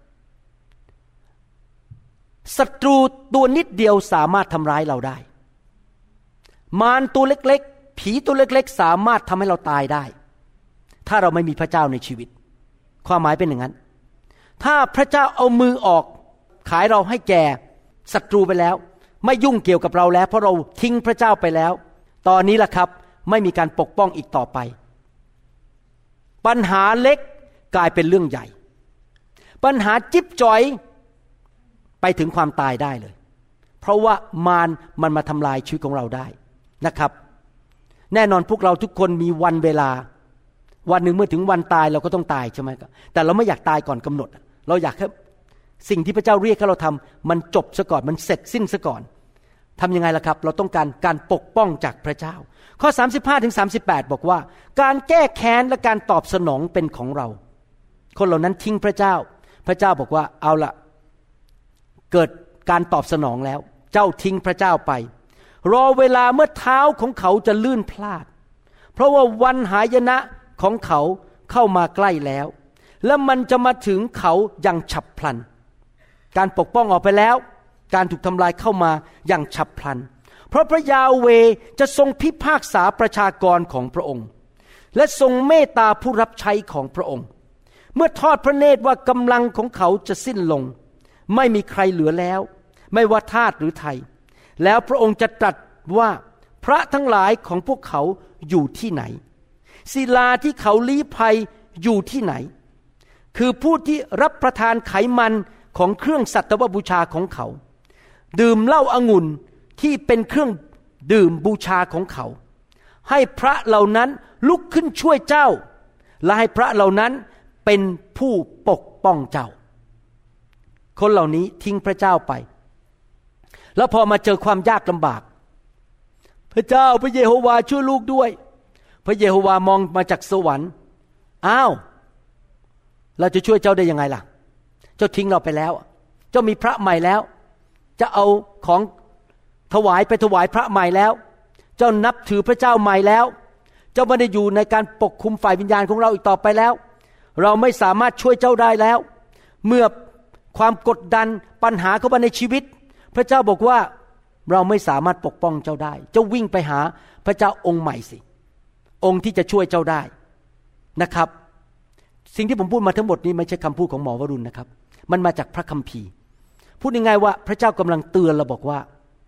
ศัตรูตัวนิดเดียวสามารถทำร้ายเราได้มารตัวเล็กๆผีตัวเล็กๆสามารถทำให้เราตายได้ถ้าเราไม่มีพระเจ้าในชีวิตความหมายเป็นอย่างนั้นถ้าพระเจ้าเอามือออกขายเราให้แก่ศัตรูไปแล้วไม่ยุ่งเกี่ยวกับเราแล้วเพราะเราทิ้งพระเจ้าไปแล้วตอนนี้ล่ะครับไม่มีการปกป้องอีกต่อไปปัญหาเล็กกลายเป็นเรื่องใหญ่ปัญหาจิ๊บจ๋อยไปถึงความตายได้เลยเพราะว่ามารมันมาทำลายชีวิตของเราได้นะครับแน่นอนพวกเราทุกคนมีวันเวลาวันหนึ่งเมื่อถึงวันตายเราก็ต้องตายใช่ไหมครับแต่เราไม่อยากตายก่อนกำหนดเราอยากให้สิ่งที่พระเจ้าเรียกให้เราทำมันจบซะก่อนมันเสร็จสิ้นซะก่อนทำยังไงล่ะครับเราต้องการปกป้องจากพระเจ้าข้อ35ถึง38บอกว่าการแก้แค้นและการตอบสนองเป็นของเราคนเหล่านั้นทิ้งพระเจ้าพระเจ้าบอกว่าเอาละเกิดการตอบสนองแล้วเจ้าทิ้งพระเจ้าไปรอเวลาเมื่อเท้าของเขาจะลื่นพลาดเพราะว่าวันหายนะของเขาเข้ามาใกล้แล้วและมันจะมาถึงเขาอย่างฉับพลันการปกป้องออกไปแล้วการถูกทำลายเข้ามาอย่างฉับพลันเพราะพระยาเวห์จะทรงพิพากษาประชากรของพระองค์และทรงเมตตาผู้รับใช้ของพระองค์เมื่อทอดพระเนตรว่ากำลังของเขาจะสิ้นลงไม่มีใครเหลือแล้วไม่ว่าทาสหรือไทยแล้วพระองค์จะตรัสว่าพระทั้งหลายของพวกเขาอยู่ที่ไหนศิลาที่เขาลี้ภัยอยู่ที่ไหนคือผู้ที่รับประทานไขมันของเครื่องสัตวบูชาของเขาดื่มเหล้าองุ่นที่เป็นเครื่องดื่มบูชาของเขาให้พระเหล่านั้นลุกขึ้นช่วยเจ้าและให้พระเหล่านั้นเป็นผู้ปกป้องเจ้าคนเหล่านี้ทิ้งพระเจ้าไปแล้วพอมาเจอความยากลำบากพระเจ้าพระเยโฮวาช่วยลูกด้วยพระเยโฮวามองมาจากสวรรค์อ้าวเราจะช่วยเจ้าได้ยังไงล่ะเจ้าทิ้งเราไปแล้วเจ้ามีพระใหม่แล้วจะเอาของถวายไปถวายพระใหม่แล้วเจ้านับถือพระเจ้าใหม่แล้วเจ้าไม่ได้อยู่ในการปกคุมฝ่ายวิญญาณของเราอีกต่อไปแล้วเราไม่สามารถช่วยเจ้าได้แล้วเมื่อความกดดันปัญหาเข้ามาในชีวิตพระเจ้าบอกว่าเราไม่สามารถปกป้องเจ้าได้เจ้าวิ่งไปหาพระเจ้าองค์ใหม่สิองค์ที่จะช่วยเจ้าได้นะครับสิ่งที่ผมพูดมาทั้งหมดนี้ไม่ใช่คำพูดของหมอวรุณนะครับมันมาจากพระคัมภีร์พูดง่ายๆว่าพระเจ้ากำลังเตือนเราบอกว่า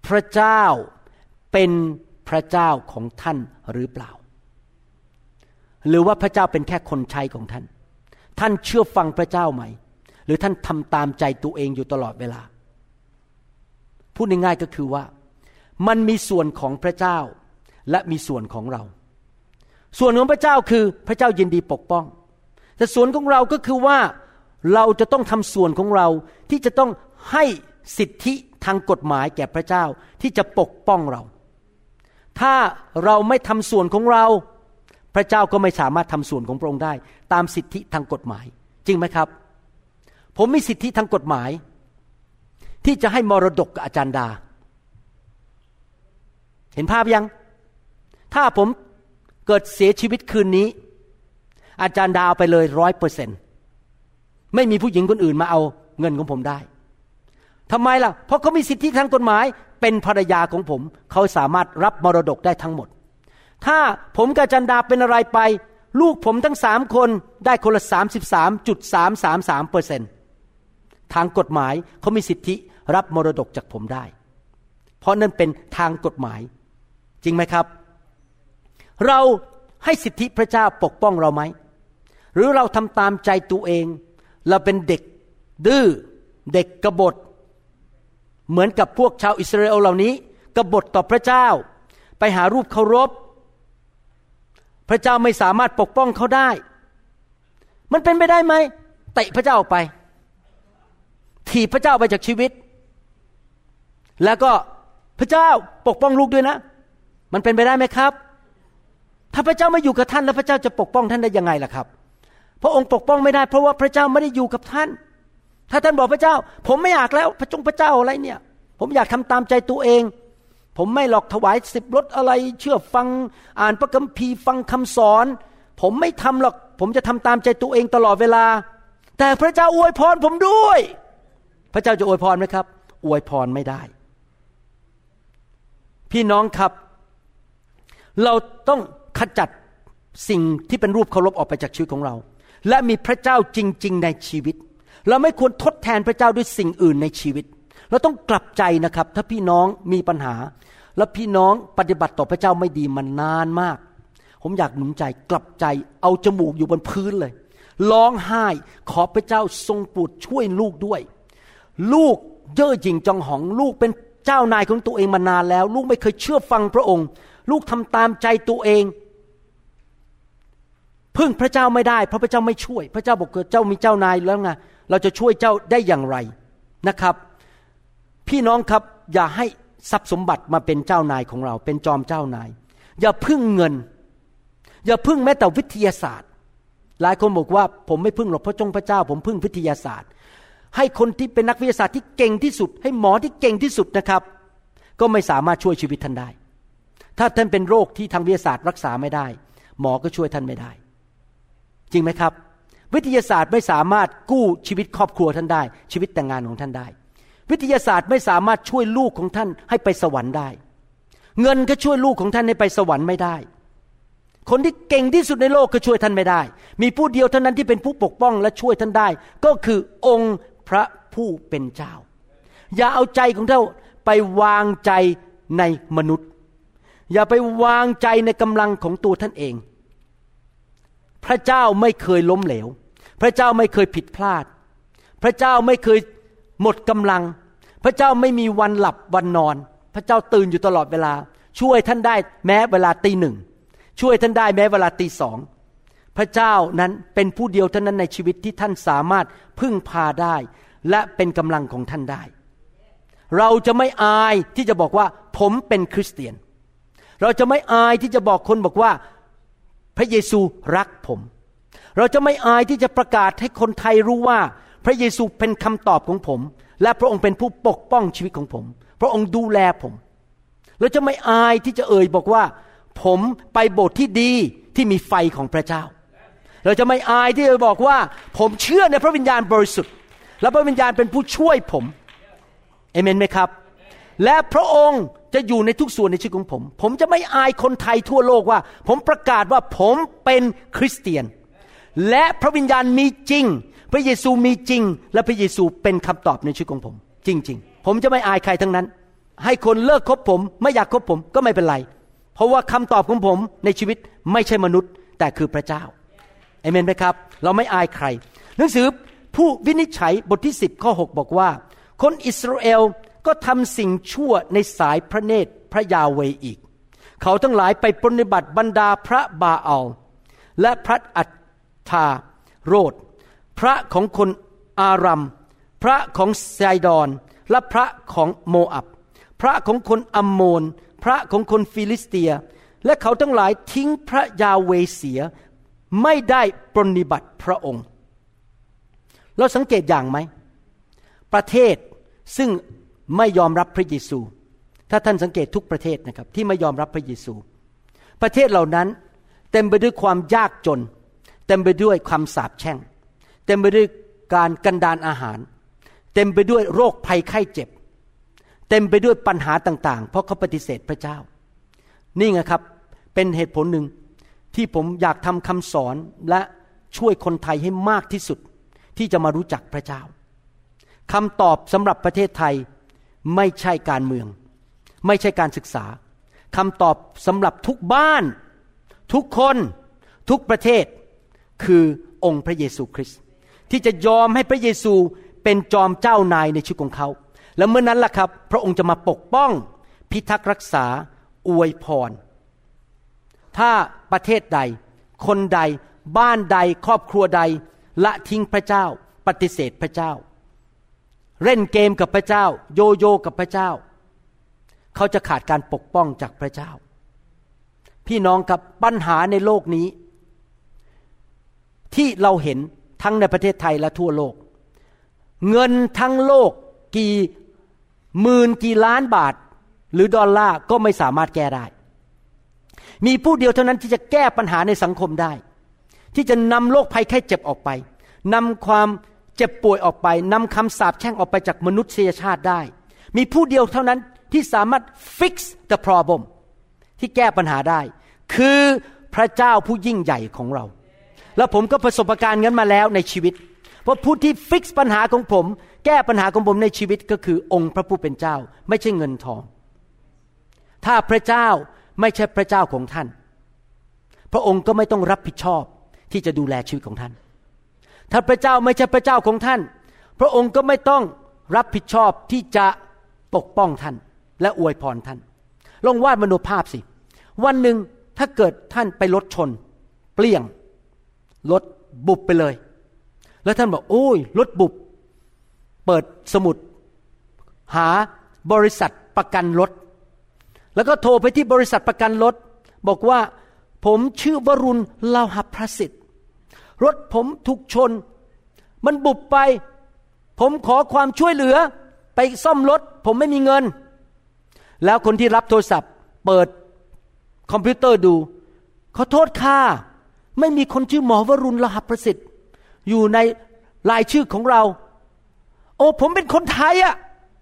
พระเจ้าเป็นพระเจ้าของท่านหรือเปล่าหรือว่าพระเจ้าเป็นแค่คนใช้ของท่านท่านเชื่อฟังพระเจ้าไหมหรือท่านทำตามใจตัวเองอยู่ตลอดเวลาพูดง่ายๆก็คือว่ามันมีส่วนของพระเจ้าและมีส่วนของเราส่วนของพระเจ้าคือพระเจ้ายินดีปกป้องแต่ส่วนของเราก็คือว่าเราจะต้องทำส่วนของเราที่จะต้องให้สิทธิทางกฎหมายแก่พระเจ้าที่จะปกป้องเราถ้าเราไม่ทำส่วนของเราพระเจ้าก็ไม่สามารถทำส่วนของพระองค์ได้ตามสิทธิทางกฎหมายจริงไหมครับผมมีสิทธิทางกฎหมายที่จะให้มรดกกับอาจารย์ดาเห็นภาพยังถ้าผมเกิดเสียชีวิตคืนนี้อาจารย์ดาเอาไปเลย 100% ไม่มีผู้หญิงคนอื่นมาเอาเงินของผมได้ทำไมล่ะเพราะเขามีสิทธิทางกฎหมายเป็นภรรยาของผมเขาสามารถรับมรดกได้ทั้งหมดถ้าผมกับอาจารย์ดาเป็นอะไรไปลูกผมทั้ง3คนได้คนละ 33.333% ทางกฎหมายเขามีสิทธิรับมรดกจากผมได้เพราะนั่นเป็นทางกฎหมายจริงไหมครับเราให้สิทธิพระเจ้าปกป้องเราไหมหรือเราทำตามใจตัวเองเราเป็นเด็กดื้อเด็กกบฏเหมือนกับพวกชาวอิสราเอลเหล่านี้กบฏต่อพระเจ้าไปหารูปเคารพพระเจ้าไม่สามารถปกป้องเขาได้มันเป็นไปได้ไหมเตะพระเจ้าออกไปถีบพระเจ้าไปจากชีวิตแล้วก็พระเจ้าปกป้องลูกด้วยนะมันเป็นไปได้ไหมครับถ้าพระเจ้าไม่อยู่กับท่านแล้วพระเจ้าจะปกป้องท่านได้ยังไงล่ะครับพระองค์ปกป้องไม่ได้เพราะว่าพระเจ้าไม่ได้อยู่กับท่านถ้าท่านบอกพระเจ้าผมไม่อยากแล้วพระเจ้าอะไรเนี่ยผมอยากทำตามใจตัวเองผมไม่หลอกถวาย10ลดอะไรเชื่อฟังอ่านพระคัมภีร์ฟังคำสอนผมไม่ทำหรอกผมจะทำตามใจตัวเองตลอดเวลาแต่พระเจ้าอวยพรผมด้วยพระเจ้าจะอวยพรไหมครับอวยพรไม่ได้พี่น้องครับเราต้องขจัดสิ่งที่เป็นรูปเคารพออกไปจากชีวิตของเราและมีพระเจ้าจริงๆในชีวิตเราไม่ควรทดแทนพระเจ้าด้วยสิ่งอื่นในชีวิตเราต้องกลับใจนะครับถ้าพี่น้องมีปัญหาและพี่น้องปฏิบัติต่อพระเจ้าไม่ดีมานานมากผมอยากหนุนใจกลับใจเอาจมูกอยู่บนพื้นเลยร้องไห้ขอพระเจ้าทรงโปรดช่วยลูกด้วยลูกเย่อหยิ่งจองหองลูกเป็นเจ้านายของตัวเองมานานแล้วลูกไม่เคยเชื่อฟังพระองค์ลูกทำตามใจตัวเองพึ่งพระเจ้าไม่ได้เพราะพระเจ้าไม่ช่วยพระเจ้าบอกเจ้ามีเจ้านายแล้วไงเราจะช่วยเจ้าได้อย่างไรนะครับพี่น้องครับอย่าให้ทรัพย์สมบัติมาเป็นเจ้านายของเราเป็นจอมเจ้านายอย่าพึ่งเงินอย่าพึ่งแม้แต่วิทยาศาสตร์หลายคนบอกว่าผมไม่พึ่งหรอกพระเจ้าผมพึ่งวิทยาศาสตร์ให้คนที่เป็นนักวิทยาศาสตร์ที่เก่งที่สุดให้หมอที่เก่งที่สุดนะครับก็ไม่สามารถช่วยชีวิตท่านได้ถ้าท่านเป็นโรคที่ทางวิทยาศาสตร์รักษาไม่ได้หมอก็ช่วยท่านไม่ได้จริงไหมครับวิทยาศาสตร์ไม่สามารถกู้ชีวิตครอบครัวท่านได้ชีวิตแต่งงานของท่านได้วิทยาศาสตร์ไม่สามารถช่วยลูกของท่านให้ไปสวรรค์ได้เงินก็ช่วยลูกของท่านให้ไปสวรรค์ไม่ได้คนที่เก่งที่สุดในโลกก็ช่วยท่านไม่ได้มีผู้เดียวเท่านั้นที่เป็นผู้ปกป้องและช่วยท่านได้ก็คือองค์พระผู้เป็นเจ้าอย่าเอาใจของท่านไปวางใจในมนุษย์อย่าไปวางใจในกำลังของตัวท่านเองพระเจ้าไม่เคยล้มเหลวพระเจ้าไม่เคยผิดพลาดพระเจ้าไม่เคยหมดกำลังพระเจ้าไม่มีวันหลับวันนอนพระเจ้าตื่นอยู่ตลอดเวลาช่วยท่านได้แม้เวลาตีหนึ่งช่วยท่านได้แม้เวลาตีสองพระเจ้านั้นเป็นผู้เดียวเท่านั้นในชีวิตที่ท่านสามารถพึ่งพาได้และเป็นกำลังของท่านได้เราจะไม่อายที่จะบอกว่าผมเป็นคริสเตียนเราจะไม่อายที่จะบอกคนบอกว่าพระเยซูรักผมเราจะไม่อายที่จะประกาศให้คนไทยรู้ว่าพระเยซูเป็นคำตอบของผมและพระองค์เป็นผู้ปกป้องชีวิตของผมพระองค์ดูแลผมเราจะไม่อายที่จะบอกว่าผมไปโบสถ์ที่ดีที่มีไฟของพระเจ้าเราจะไม่อายที่จะบอกว่าผมเชื่อในพระวิญญาณบริสุทธิ์และพระวิญญาณเป็นผู้ช่วยผมเอเมนไหมครับและพระองค์จะอยู่ในทุกส่วนในชีวิตของผมจะไม่อายคนไทยทั่วโลกว่าผมประกาศว่าผมเป็นคริสเตียนและพระวิญญาณมีจริงพระเยซูมีจริงและพระเยซูเป็นคำตอบในชีวิตของผมจริงๆผมจะไม่อายใครทั้งนั้นให้คนเลิกคบผมไม่อยากคบผมก็ไม่เป็นไรเพราะว่าคำตอบของผมในชีวิตไม่ใช่มนุษย์แต่คือพระเจ้าเอเมนไหมครับเราไม่อายใครหนังสือผู้วินิจฉัยบทที่10ข้อ6บอกว่าคนอิสราเอลก็ทำสิ่งชั่วในสายพระเนตรพระยาเวห์อีกเขาทั้งหลายไปปฏิบัติบรรดาพระบาอัลและพระอัฏฐาโรดพระของคนอารัมพระของไซดอนและพระของโมอับพระของคนอัมโมนพระของคนฟิลิสเตียและเขาทั้งหลายทิ้งพระยาเวห์เสียไม่ได้ปรนนิบัติพระองค์เราสังเกตอย่างไหมประเทศซึ่งไม่ยอมรับพระเยซูถ้าท่านสังเกตทุกประเทศนะครับที่ไม่ยอมรับพระเยซูประเทศเหล่านั้นเต็มไปด้วยความยากจนเต็มไปด้วยความสาปแช่งเต็มไปด้วยการกันดารอาหารเต็มไปด้วยโรคภัยไข้เจ็บเต็มไปด้วยปัญหาต่างๆเพราะเขาปฏิเสธพระเจ้านี่ไงครับเป็นเหตุผลหนึ่งที่ผมอยากทำคำสอนและช่วยคนไทยให้มากที่สุดที่จะมารู้จักพระเจ้าคำตอบสำหรับประเทศไทยไม่ใช่การเมืองไม่ใช่การศึกษาคำตอบสำหรับทุกบ้านทุกคนทุกประเทศคือองค์พระเยซูคริสต์ที่จะยอมให้พระเยซูเป็นจอมเจ้านายในชีวิตของเขาแล้วเมื่อนั้นล่ะครับพระองค์จะมาปกป้องพิทักษ์รักษาอวยพรถ้าประเทศใดคนใดบ้านใดครอบครัวใดละทิ้งพระเจ้าปฏิเสธพระเจ้าเล่นเกมกับพระเจ้าโยโย่กับพระเจ้าเขาจะขาดการปกป้องจากพระเจ้าพี่น้องครับปัญหาในโลกนี้ที่เราเห็นทั้งในประเทศไทยและทั่วโลกเงินทั้งโลกกี่หมื่นกี่ล้านบาทหรือดอลลาร์ก็ไม่สามารถแก้ได้มีผู้เดียวเท่านั้นที่จะแก้ปัญหาในสังคมได้ที่จะนำโรคภัยไข้เจ็บออกไปนำความเจ็บป่วยออกไปนำคำสาปแช่งออกไปจากมนุษยชาติได้มีผู้เดียวเท่านั้นที่สามารถ fix the problem ที่แก้ปัญหาได้คือพระเจ้าผู้ยิ่งใหญ่ของเราแล้วผมก็ประสบการณ์งั้นมาแล้วในชีวิตเพราะผู้ที่ fix ปัญหาของผมแก้ปัญหาของผมในชีวิตก็คือองค์พระผู้เป็นเจ้าไม่ใช่เงินทองถ้าพระเจ้าไม่ใช่พระเจ้าของท่านพระองค์ก็ไม่ต้องรับผิดชอบที่จะดูแลชีวิตของท่านถ้าพระเจ้าไม่ใช่พระเจ้าของท่านพระองค์ก็ไม่ต้องรับผิดชอบที่จะปกป้องท่านและอวยพรท่านลองวาดมโนภาพสิวันหนึ่งถ้าเกิดท่านไปรถชนเปลี่ยงรถบุบไปเลยแล้วท่านบอกโอ้ยรถบุบเปิดสมุดหาบริษัทประกันรถแล้วก็โทรไปที่บริษัทประกันรถบอกว่าผมชื่อวรุณลาวหประสิทธิ์รถผมถูกชนมันบุบไปผมขอความช่วยเหลือไปซ่อมรถผมไม่มีเงินแล้วคนที่รับโทรศัพท์เปิดคอมพิวเตอร์ดูขอโทษค่ะไม่มีคนชื่อหมอวรุณลาวหประสิทธิ์อยู่ในรายชื่อของเราโอ้ผมเป็นคนไทยอ่ะ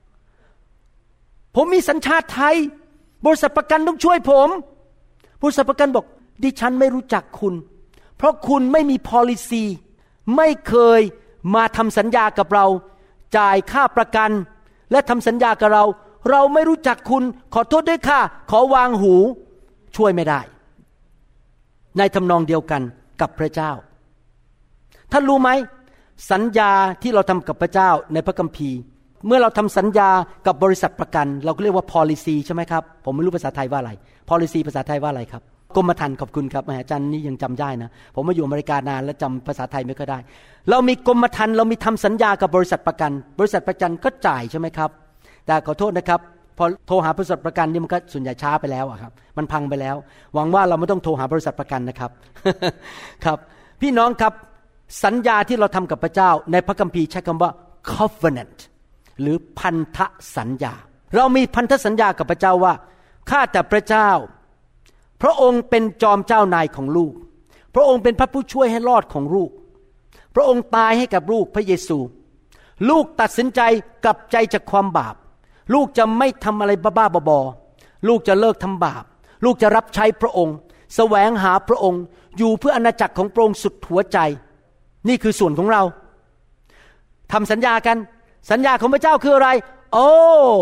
ผมมีสัญชาติไทยบริษัทประกันต้องช่วยผมบริษัทประกันบอกดิฉันไม่รู้จักคุณเพราะคุณไม่มี policy ไม่เคยมาทำสัญญากับเราจ่ายค่าประกันและทำสัญญากับเราเราไม่รู้จักคุณขอโทษด้วยค่ะขอวางหูช่วยไม่ได้ในทำนองเดียวกันกับพระเจ้าท่านรู้ไหมสัญญาที่เราทำกับพระเจ้าในพระคัมภีร์เมื่อเราทำสัญญากับบริษัทประกันเราก็เรียกว่า policy ใช่ไหมครับผมไม่รู้ภาษาไทยว่าอะไร policy ภาษาไทยว่าอะไรครับกรมธรรม์ขอบคุณครับอาจารย์นี่ยังจำได้นะผมมาอยู่อเมริกานานแล้วจำภาษาไทยไม่ค่อยได้เรามีกรมธรรม์เรามีทำสัญญากับบริษัทประกันบริษัทประกันก็จ่ายใช่ไหมครับแต่ขอโทษนะครับพอโทรหาบริษัทประกันนี่มันก็ส่วนใหญ่ช้าไปแล้วครับมันพังไปแล้วหวังว่าเราไม่ต้องโทรหาบริษัทประกันนะครับ ครับพี่น้องครับสัญญาที่เราทำกับพระเจ้าในพระคัมภีร์ใช้คำว่า covenant หรือพันธสัญญาเรามีพันธสัญญากับพระเจ้าว่าข้าแต่พระเจ้าพระองค์เป็นจอมเจ้านายของลูกพระองค์เป็นพระผู้ช่วยให้รอดของลูกพระองค์ตายให้กับลูกพระเยซูลูกตัดสินใจกลับใจจากความบาปลูกจะไม่ทำอะไรบ้าๆบอๆลูกจะเลิกทำบาปลูกจะรับใช้พระองค์แสวงหาพระองค์อยู่เพื่ออาณาจักรของพระองค์สุดหัวใจนี่คือส่วนของเราทำสัญญากันสัญญาของพระเจ้าคืออะไรโอ้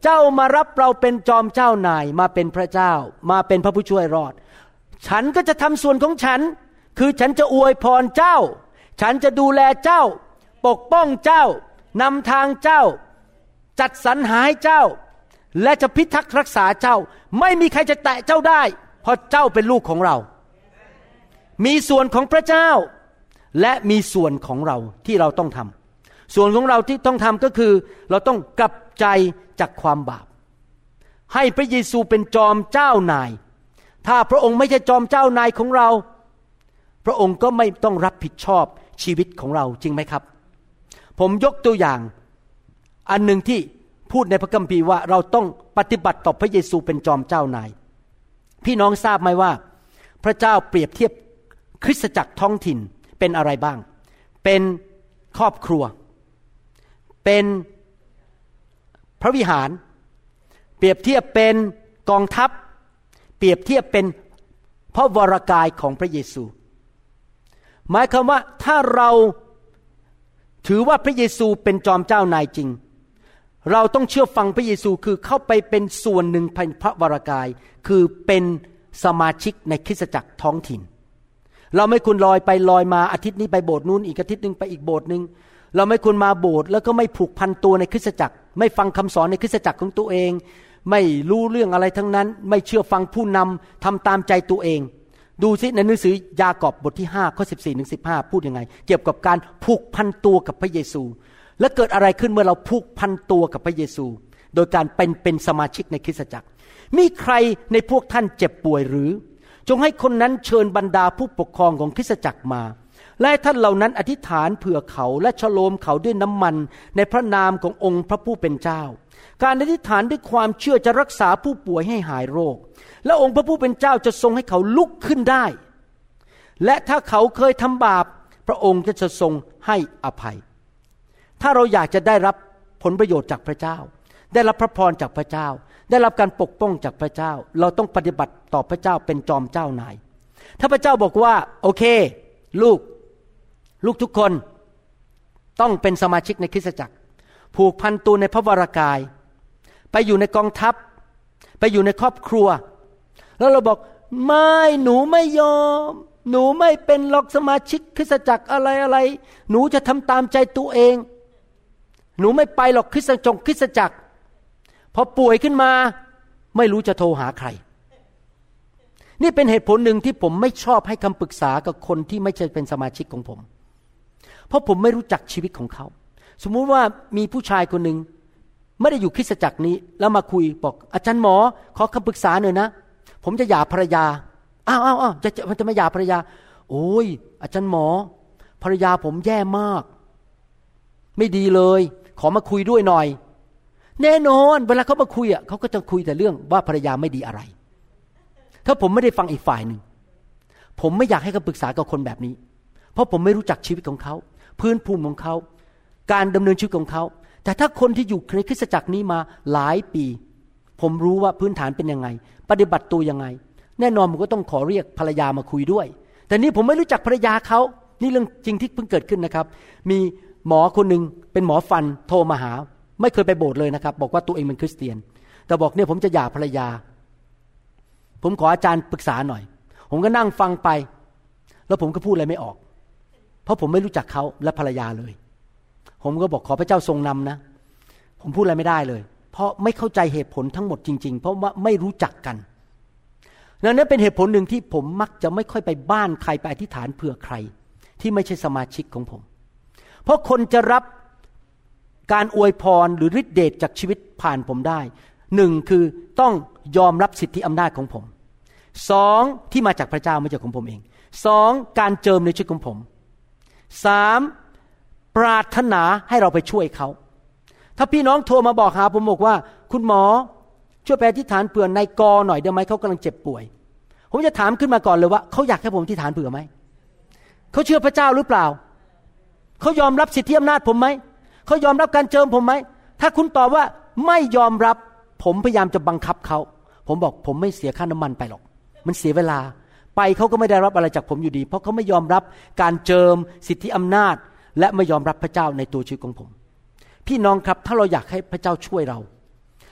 เจ้ามารับเราเป็นจอมเจ้านายมาเป็นพระเจ้ามาเป็นพระผู้ช่วยรอดฉันก็จะทำส่วนของฉันคือฉันจะอวยพรเจ้าฉันจะดูแลเจ้าปกป้องเจ้านำทางเจ้าจัดสรรหาให้เจ้าและจะพิทักษ์รักษาเจ้าไม่มีใครจะแตะเจ้าได้เพราะเจ้าเป็นลูกของเรามีส่วนของพระเจ้าและมีส่วนของเราที่เราต้องทำส่วนของเราที่ต้องทำก็คือเราต้องกลับใจจากความบาปให้พระเยซูเป็นจอมเจ้านายถ้าพระองค์ไม่ใช่จอมเจ้านายของเราพระองค์ก็ไม่ต้องรับผิดชอบชีวิตของเราจริงไหมครับผมยกตัวอย่างอันหนึ่งที่พูดในพระคัมภีร์ว่าเราต้องปฏิบัติต่อพระเยซูเป็นจอมเจ้านายพี่น้องทราบไหมว่าพระเจ้าเปรียบเทียบคริสตจักรท้องถิ่นเป็นอะไรบ้างเป็นครอบครัวเป็นพระวิหารเปรียบเทียบเป็นกองทัพเปรียบเทียบเป็นพระวรกายของพระเยซูหมายความว่าถ้าเราถือว่าพระเยซูเป็นจอมเจ้านายจริงเราต้องเชื่อฟังพระเยซูคือเข้าไปเป็นส่วนหนึ่งในพระวรกายคือเป็นสมาชิกในคริสตจักรท้องถิ่นเราไม่ควรลอยไปลอยมาอาทิตย์นี้ไปโบสถ์นู้นอีกอาทิตย์นึงไปอีกโบสถ์นึงเราไม่ควรมาโบสถ์แล้วก็ไม่ผูกพันตัวในคริสตจักรไม่ฟังคำสอนในคริสตจักรของตัวเองไม่รู้เรื่องอะไรทั้งนั้นไม่เชื่อฟังผู้นำทำตามใจตัวเองดูสิในหนังสือยากอบบทที่5ข้อ 14-15 พูดยังไงเกี่ยวกับการผูกพันตัวกับพระเยซูและเกิดอะไรขึ้นเมื่อเราผูกพันตัวกับพระเยซูโดยการเป็นสมาชิกในคริสตจักรมีใครในพวกท่านเจ็บป่วยหรือจงให้คนนั้นเชิญบรรดาผู้ปกครองของคริสตจักรมาและให้ท่านเหล่านั้นอธิษฐานเผื่อเขาและฉโลมเขาด้วยน้ำมันในพระนามขององค์พระผู้เป็นเจ้าการอธิษฐานด้วยความเชื่อจะรักษาผู้ป่วยให้หายโรคและองค์พระผู้เป็นเจ้าจะทรงให้เขาลุกขึ้นได้และถ้าเขาเคยทำบาปพระองค์จะทรงให้อภัยถ้าเราอยากจะได้รับผลประโยชน์จากพระเจ้าได้รับพระพรจากพระเจ้าได้รับการปกป้องจากพระเจ้าเราต้องปฏิบัติต่อพระเจ้าเป็นจอมเจ้านายถ้าพระเจ้าบอกว่าโอเคลูกทุกคนต้องเป็นสมาชิกในคริสตจักรผูกพันตัวในพระวรากายไปอยู่ในกองทัพไปอยู่ในครอบครัวแล้วเราบอกไม่หนูไม่ยอมหนูไม่เป็นหรอกสมาชิกคริสตจักรอะไรหนูจะทำตามใจตัวเองหนูไม่ไปหรอกคริสตจักรพอป่วยขึ้นมาไม่รู้จะโทรหาใครนี่เป็นเหตุผลหนึ่งที่ผมไม่ชอบให้คำปรึกษากับคนที่ไม่ใช่เป็นสมาชิกของผมเพราะผมไม่รู้จักชีวิตของเขาสมมุติว่ามีผู้ชายคนหนึ่งไม่ได้อยู่คริสตจักรนี้แล้วมาคุยบอกอาจารย์หมอขอคำปรึกษาหน่อยนะผมจะหย่าภรรยาอ้าวจะไม่หย่าภรรยาโอ้ยอาจารย์หมอภรรยาผมแย่มากไม่ดีเลยขอมาคุยด้วยหน่อยแน่นอนเวลาเขามาคุยเขาก็จะคุยแต่เรื่องว่าภรรยาไม่ดีอะไรถ้าผมไม่ได้ฟังอีกฝ่ายหนึ่งผมไม่อยากให้คำปรึกษากับคนแบบนี้เพราะผมไม่รู้จักชีวิตของเขาพื้นภูมิของเขาการดำเนินชีวิตของเขาแต่ถ้าคนที่อยู่ในคริสตจักรนี้มาหลายปีผมรู้ว่าพื้นฐานเป็นยังไงปฏิบัติตัวยังไงแน่นอนผมก็ต้องขอเรียกภรรยามาคุยด้วยแต่นี่ผมไม่รู้จักภรรยาเขานี่เรื่องจริงที่เพิ่งเกิดขึ้นนะครับมีหมอคนนึงเป็นหมอฟันโทรมาหาไม่เคยไปโบสถ์เลยนะครับบอกว่าตัวเองเป็นคริสเตียนแต่บอกเนี่ยผมจะหย่าภรรยาผมขออาจารย์ปรึกษาหน่อยผมก็นั่งฟังไปแล้วผมก็พูดอะไรไม่ออกเพราะผมไม่รู้จักเขาและภรรยาเลยผมก็บอกขอพระเจ้าทรงนำนะผมพูดอะไรไม่ได้เลยเพราะไม่เข้าใจเหตุผลทั้งหมดจริงๆเพราะว่าไม่รู้จักกันนั่นเป็นเหตุผลหนึ่งที่ผมมักจะไม่ค่อยไปบ้านใครไปอธิษฐานเผื่อใครที่ไม่ใช่สมาชิกของผมเพราะคนจะรับการอวยพรหรือฤทธิเดชจากชีวิตผ่านผมได้หนึ่งคือต้องยอมรับสิทธิอำนาจของผมสองที่มาจากพระเจ้าไม่ใช่ของผมเองสองการเจิมในชีวิตของผมสามปรารถนาให้เราไปช่วยเขาถ้าพี่น้องโทรมาบอกหาผมบอกว่าคุณหมอช่วยไปอธิษฐานเผื่อนายกหน่อยได้ไหมเขากำลังเจ็บป่วยผมจะถามขึ้นมาก่อนเลยว่าเขาอยากให้ผมอธิษฐานเผื่อไหมเขาเชื่อพระเจ้าหรือเปล่าเขายอมรับสิทธิอำนาจผมไหมเขายอมรับการเจิมผมไหมถ้าคุณตอบว่าไม่ยอมรับผมพยายามจะบังคับเขาผมบอกผมไม่เสียค่าน้ำมันไปหรอกมันเสียเวลาไปเขาก็ไม่ได้รับอะไรจากผมอยู่ดีเพราะเขาไม่ยอมรับการเจิมสิทธิอำนาจและไม่ยอมรับพระเจ้าในตัวชีวิตของผมพี่น้องครับถ้าเราอยากให้พระเจ้าช่วยเรา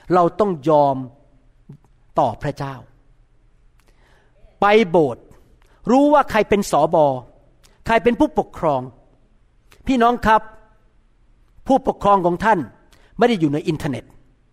เราต้องยอมต่อพระเจ้าไปโบสถ์รู้ว่าใครเป็นสบใครเป็นผู้ปกครองพี่น้องครับผู้ปกครองของท่านไม่ได้อยู่ในอินเทอร์เน็ต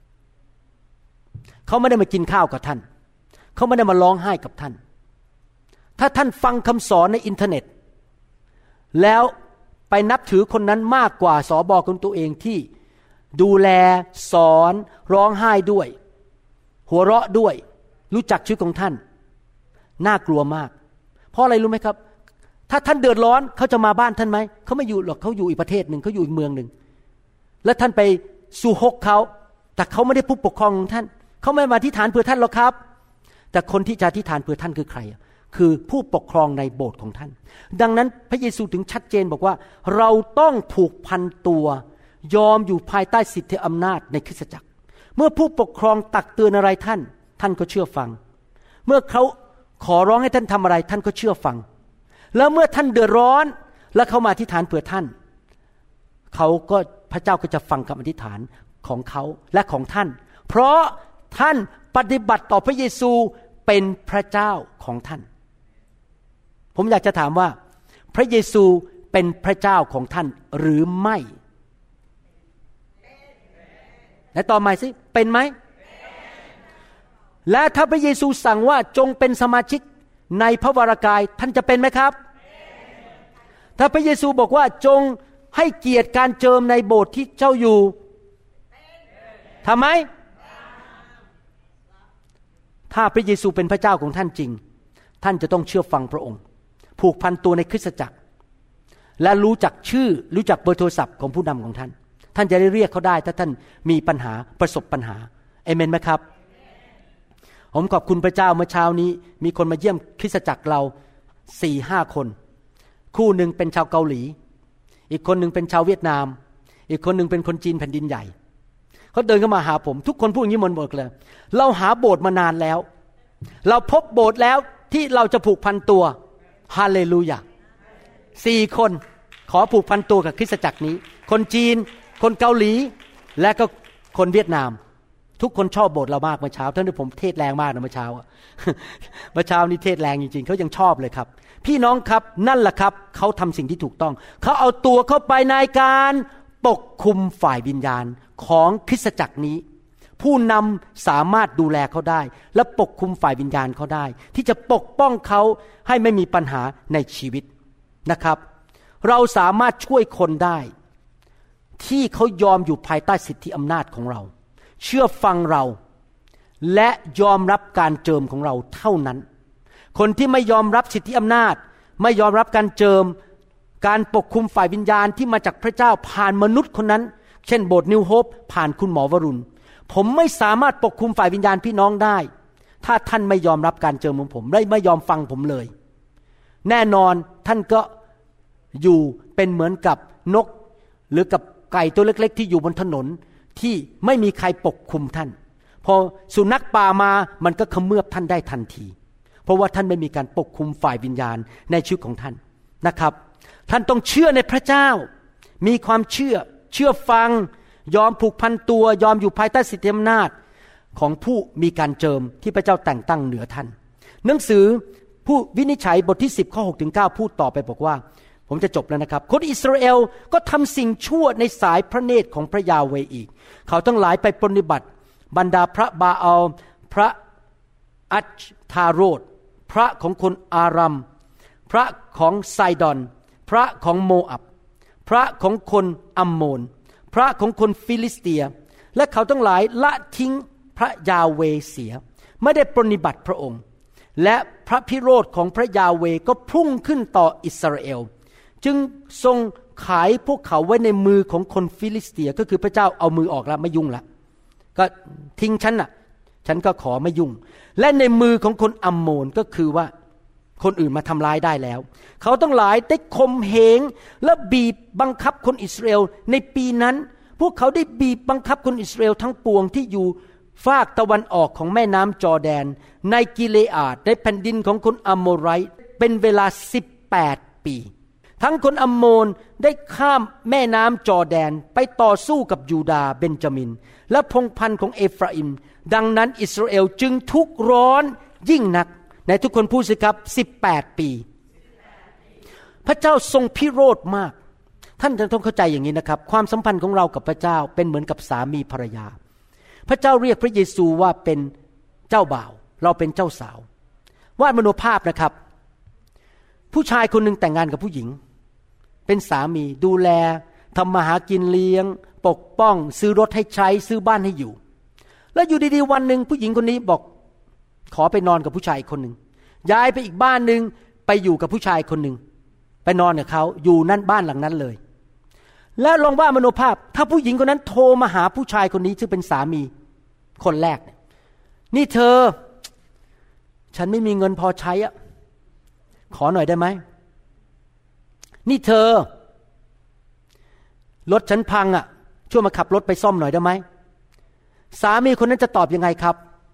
เขาไม่ได้มากินข้าวกับท่านเขาไม่ได้มาร้องไห้กับท่านถ้าท่านฟังคำสอนในอินเทอร์เน็ตแล้วไปนับถือคนนั้นมากกว่าสบของตัวเองที่ดูแลสอนร้องไห้ด้วยหัวเราะด้วยรู้จักชีวิตของท่านน่ากลัวมากเพราะอะไรรู้ไหมครับถ้าท่านเดือดร้อนเขาจะมาบ้านท่านไหมเขาไม่อยู่หรอกเขาอยู่อีกประเทศหนึ่งเขาอยู่อีกเมืองหนึ่งแล้วท่านไปสู่ฮกเขาแต่เขาไม่ได้ผู้ปกครองของท่านเขาไม่มาอธิษฐานเพื่อท่านหรอกครับแต่คนที่จะอธิษฐานเพื่อท่านคือใครคือผู้ปกครองในโบสถ์ของท่านดังนั้นพระเยซูถึงชัดเจนบอกว่าเราต้องผูกพันตัวยอมอยู่ภายใต้สิทธิอำนาจในคริสตจักรเมื่อผู้ปกครองตักเตือนอะไรท่านท่านก็เชื่อฟังเมื่อเขาขอร้องให้ท่านทำอะไรท่านก็เชื่อฟังแล้วเมื่อท่านเดือดร้อนแล้วเขามาอธิษฐานเผื่อท่านเขาก็พระเจ้าก็จะฟังคำอธิษฐานของเขาและของท่านเพราะท่านปฏิบัติต่อพระเยซูเป็นพระเจ้าของท่านผมอยากจะถามว่าพระเยซูเป็นพระเจ้าของท่านหรือไม่และต่อมาสิเป็นไหมและถ้าพระเยซูสั่งว่าจงเป็นสมาชิกในพระวรากายท่านจะเป็นไหมครับถ้าพระเยซูบอกว่าจงให้เกียรติการเจิมในโบสถ์ที่เจ้าอยู่ทำไหมถ้าพระเยซูเป็นพระเจ้าของท่านจริงท่านจะต้องเชื่อฟังพระองค์ผูกพันตัวในคริสตจักรและรู้จักชื่อรู้จักเบอร์โทรศัพท์ของผู้นำของท่านท่านจะได้เรียกเขาได้ถ้าท่านมีปัญหาประสบปัญหาเอเมนไหมครับผมขอบคุณพระเจ้าเมื่อเช้านี้มีคนมาเยี่ยมคริสตจักรเรา 4-5 คนคู่หนึ่งเป็นชาวเกาหลีอีกคนหนึ่งเป็นชาวเวียดนามอีกคนหนึ่งเป็นคนจีนแผ่นดินใหญ่เขาเดินเข้ามาหาผมทุกคนพูดอย่างนี้หมดเลยเราหาโบสถ์มานานแล้วเราพบโบสถ์แล้วที่เราจะผูกพันตัวฮาเลลูยา4 คนขอผูกพันตัวกับคริสตจักรนี้คนจีนคนเกาหลีและก็คนเวียดนามทุกคนชอบโบสถ์เรามากเมื่อเช้าท่านที่ผมเทศแรงมากนะเมื่อเช้าเมื่อเช้านี้เทศแรงจริงๆเขายังชอบเลยครับพี่น้องครับนั่นแหละครับเขาทำสิ่งที่ถูกต้องเขาเอาตัวเข้าไปในการปกคุมฝ่ายวิญญาณของคริสตจักรนี้ผู้นำสามารถดูแลเขาได้และปกคุมฝ่ายวิญญาณเขาได้ที่จะปกป้องเขาให้ไม่มีปัญหาในชีวิตนะครับเราสามารถช่วยคนได้ที่เขายอมอยู่ภายใต้สิทธิอำนาจของเราเชื่อฟังเราและยอมรับการเจิมของเราเท่านั้นคนที่ไม่ยอมรับสิทธิอำนาจไม่ยอมรับการเจิมการปกคุมฝ่ายวิญญาณที่มาจากพระเจ้าผ่านมนุษย์คนนั้นเช่นโบสถ์นิวโฮปผ่านคุณหมอวรุณผมไม่สามารถปกคุมฝ่ายวิญญาณพี่น้องได้ถ้าท่านไม่ยอมรับการเจิมของผมไม่ยอมฟังผมเลยแน่นอนท่านก็อยู่เป็นเหมือนกับนกหรือกับไก่ตัวเล็กๆที่อยู่บนถนนที่ไม่มีใครปกคุมท่านพอสุนัขป่ามามันก็เขมือบท่านได้ทันทีเพราะว่าท่านไม่มีการปกคุมฝ่ายวิญญาณในชีวิตของท่านนะครับท่านต้องเชื่อในพระเจ้ามีความเชื่อฟังยอมผูกพันตัวยอมอยู่ภายใต้สิทธิอำนาจของผู้มีการเจิมที่พระเจ้าแต่งตั้งเหนือท่านหนังสือผู้วินิจฉัยบทที่10ข้อ6ถึง9พูดต่อไปบอกว่าผมจะจบแล้วนะครับคนอิสราเอลก็ทำสิ่งชั่วในสายพระเนตรของพระยาเวห์อีกเขาทั้งหลายไปปฏิบัติบรรดาพระบาอัลพระอัชทาโรธพระของคนอารัมพระของไซดอนพระของโมอับพระของคนอัมโมนพระของคนฟิลิสเตียและเขาทั้งหลายละทิ้งพระยาเวห์เสียไม่ได้ปฏิบัติพระองค์และพระพิโรธของพระยาเวห์ก็พุ่งขึ้นต่ออิสราเอลจึงทรงขายพวกเขาไว้ในมือของคนฟิลิสเตียก็คือพระเจ้าเอามือออกแล้วไม่ยุ่งละก็ทิ้งฉันก็ขอไม่ยุ่งและในมือของคนอัมโมนก็คือว่าคนอื่นมาทำร้ายได้แล้วเขาทั้งหลายได้ข่มเหงและบีบบังคับคนอิสราเอลในปีนั้นพวกเขาได้บีบบังคับคนอิสราเอลทั้งปวงที่อยู่ฝากตะวันออกของแม่น้ำจอร์แดนในกิเลอาดในแผ่นดินของคนอัมโมไรต์เป็นเวลา18 ปีทั้งคนอัมโมนได้ข้ามแม่น้ำจอร์แดนไปต่อสู้กับยูดาห์เบนจามินและพงศ์พันธุ์ของเอฟราอิมดังนั้นอิสราเอลจึงทุกข์ร้อนยิ่งนักในทุกคนพูดสิครับ18 ปีพระเจ้าทรงพิโรธมากท่านจะต้องเข้าใจอย่างนี้นะครับความสัมพันธ์ของเรากับพระเจ้าเป็นเหมือนกับสามีภรรยาพระเจ้าเรียกพระเยซูว่าเป็นเจ้าบ่าวเราเป็นเจ้าสาววาดมโนภาพนะครับผู้ชายคนหนึ่งแต่งงานกับผู้หญิงเป็นสามีดูแลทำมาหากินเลี้ยงปกป้องซื้อรถให้ใช้ซื้อบ้านให้อยู่แล้วอยู่ดีๆวันหนึ่งผู้หญิงคนนี้บอกขอไปนอนกับผู้ชายคนหนึ่งย้ายไปอีกบ้านหนึ่งไปอยู่กับผู้ชายคนหนึ่งไปนอนกับเขาอยู่นั่นบ้านหลังนั้นเลยแล้วลองว่ามโนภาพถ้าผู้หญิงคนนั้นโทรมาหาผู้ชายคนนี้ซึ่งเป็นสามีคนแรกนี่เธอฉันไม่มีเงินพอใช้อะขอหน่อยได้ไหมนี่เธอรถฉันพังอะช่วยมาขับรถไปซ่อมหน่อยได้ไหมสามีคนนั้นจะตอบยังไงครับ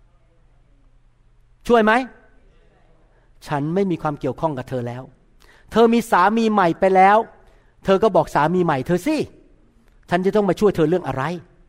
ช่วยไหมฉันไม่มีความเกี่ยวข้องกับเธอแล้วเธอมีสามีใหม่ไปแล้วเธอก็บอกสามีใหม่เธอสิฉันจะต้องมาช่วยเธอเรื่องอะไร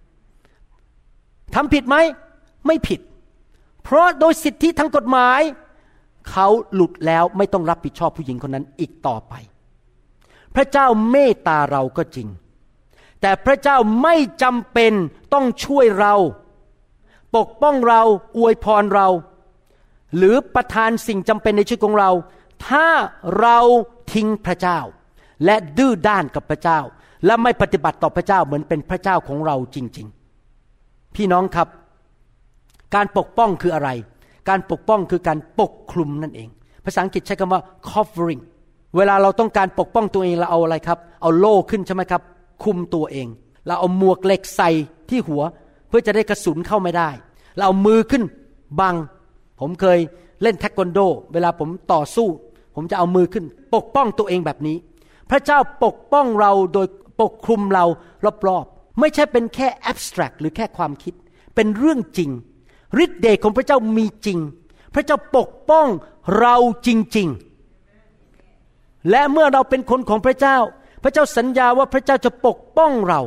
ทำผิดไหมไม่ผิดเพราะโดยสิทธิทางกฎหมายเขาหลุดแล้วไม่ต้องรับผิดชอบผู้หญิงคนนั้นอีกต่อไปพระเจ้าเมตตาเราก็จริงแต่พระเจ้าไม่จำเป็นต้องช่วยเราปกป้องเราอวยพรเราหรือประทานสิ่งจำเป็นในชีวิตของเราถ้าเราทิ้งพระเจ้าและดื้อด้านกับพระเจ้าและไม่ปฏิบัติต่อพระเจ้าเหมือนเป็นพระเจ้าของเราจริงๆพี่น้องครับการปกป้องคืออะไรการปกป้องคือการปกคลุมนั่นเองภาษาอังกฤษใช้คำว่า covering เวลาเราต้องการปกป้องตัวเองเราเอาอะไรครับเอาโล่ขึ้นใช่ไหมครับคุมตัวเองเราเอาหมวกเหล็กใส่ที่หัวเพื่อจะได้กระสุนเข้าไม่ได้เราเอามือขึ้นบังผมเคยเล่นเทควันโดเวลาผมต่อสู้ผมจะเอามือขึ้นปกป้องตัวเองแบบนี้พระเจ้าปกป้องเราโดยปกคลุมเรารอบๆไม่ใช่เป็นแค่ abstract หรือแค่ความคิดเป็นเรื่องจริงฤทธิ์เดชของพระเจ้ามีจริงพระเจ้าปกป้องเราจริงๆและเมื่อเราเป็นคนของพระเจ้าพระเจ้าสัญญาว่าพระเจ้าจะปกป้องเรา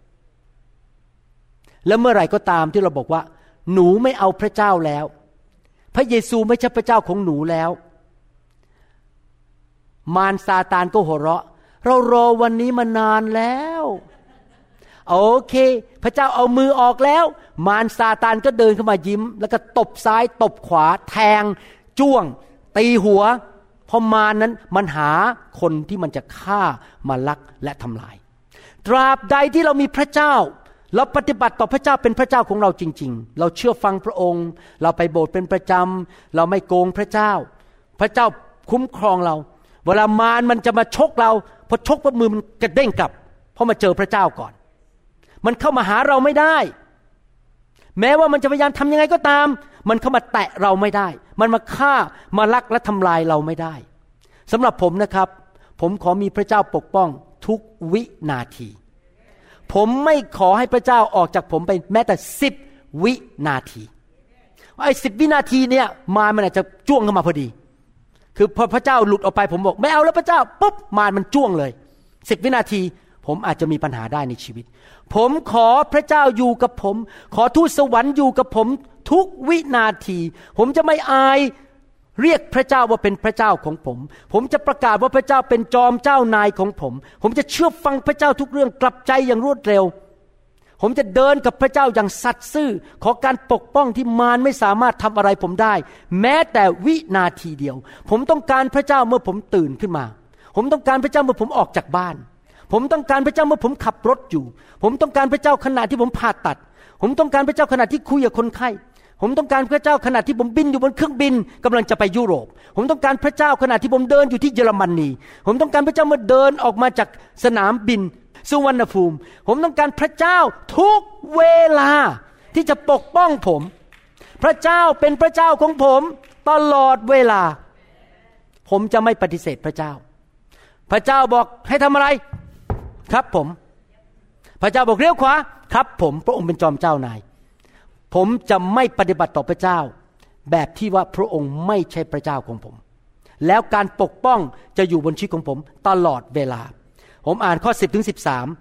และเมื่อไหร่ก็ตามที่เราบอกว่าหนูไม่เอาพระเจ้าแล้วพระเยซูไม่ใช่พระเจ้าของหนูแล้วมารซาตานก็หัวเราะเรารอวันนี้มานานแล้วโอเคพระเจ้าเอามือออกแล้วมารซาตานก็เดินเข้ามายิ้มแล้วก็ตบซ้ายตบขวาแทงจ้วงตีหัวเพราะมารนั้นมันหาคนที่มันจะฆ่ามาลักและทำลายตราบใดที่เรามีพระเจ้าเราปฏิบัติต่อพระเจ้าเป็นพระเจ้าของเราจริงๆเราเชื่อฟังพระองค์เราไปโบสถ์เป็นประจำเราไม่โกงพระเจ้าพระเจ้าคุ้มครองเราเวลามารมันจะมาชกเราพอชกปั๊บมือมันกระเด้งกลับเพราะมาเจอพระเจ้าก่อนมันเข้ามาหาเราไม่ได้แม้ว่ามันจะพยายามทำยังไงก็ตามมันเข้ามาแตะเราไม่ได้มันมาฆ่ามาลักและทำลายเราไม่ได้สำหรับผมนะครับผมขอมีพระเจ้าปกป้องทุกวินาทีผมไม่ขอให้พระเจ้าออกจากผมไปแม้แต่10 วินาทีไอ้10 วินาทีเนี่ยมันอาจจะจ้วงเข้ามาพอดีคือพอพระเจ้าหลุดออกไปผมบอกไม่เอาแล้วพระเจ้าปุ๊บมันจ้วงเลย10 วินาทีผมอาจจะมีปัญหาได้ในชีวิตผมขอพระเจ้าอยู่กับผมขอทูตสวรรค์อยู่กับผมทุกวินาทีผมจะไม่อายเรียกพระเจ้าว่าเป็นพระเจ้าของผมจะประกาศว่าพระเจ้าเป็นจอมเจ้านายของผมจะเชื่อฟังพระเจ้าทุกเรื่องกลับใจอย่างรวดเร็วผมจะเดินกับพระเจ้าอย่างสัตย์ซื่อขอการปกป้องที่มารไม่สามารถทำอะไรผมได้แม้แต่วินาทีเดียวผมต้องการพระเจ้าเมื่อผมตื่นขึ้นมาผมต้องการพระเจ้าเมื่อผมออกจากบ้านผมต้องการพระเจ้าเมื่อผมขับรถอยู่ผมต้องการพระเจ้าขณะที่ผมผ่าตัดผมต้องการพระเจ้าขณะที่คุยกับคนไข้ผมต้องการพระเจ้าขณะที่ผมบินอยู่บนเครื่องบินกำลังจะไปยุโรปผมต้องการพระเจ้าขณะที่ผมเดินอยู่ที่เยอรมนีผมต้องการพระเจ้าเมื่อเดินออกมาจากสนามบินสุวรรณภูมิผมต้องการพระเจ้าทุกเวลาที่จะปกป้องผมพระเจ้าเป็นพระเจ้าของผมตลอดเวลาผมจะไม่ปฏิเสธพระเจ้าพระเจ้าบอกให้ทำอะไรครับผมพระเจ้าบอกเลี้ยวขวาครับผมพระองค์เป็นจอมเจ้านายผมจะไม่ปฏิบัติต่อพระเจ้าแบบที่ว่าพระองค์ไม่ใช่พระเจ้าของผมแล้วการปกป้องจะอยู่บนชีวิตของผมตลอดเวลาผมอ่านข้อ10ถึง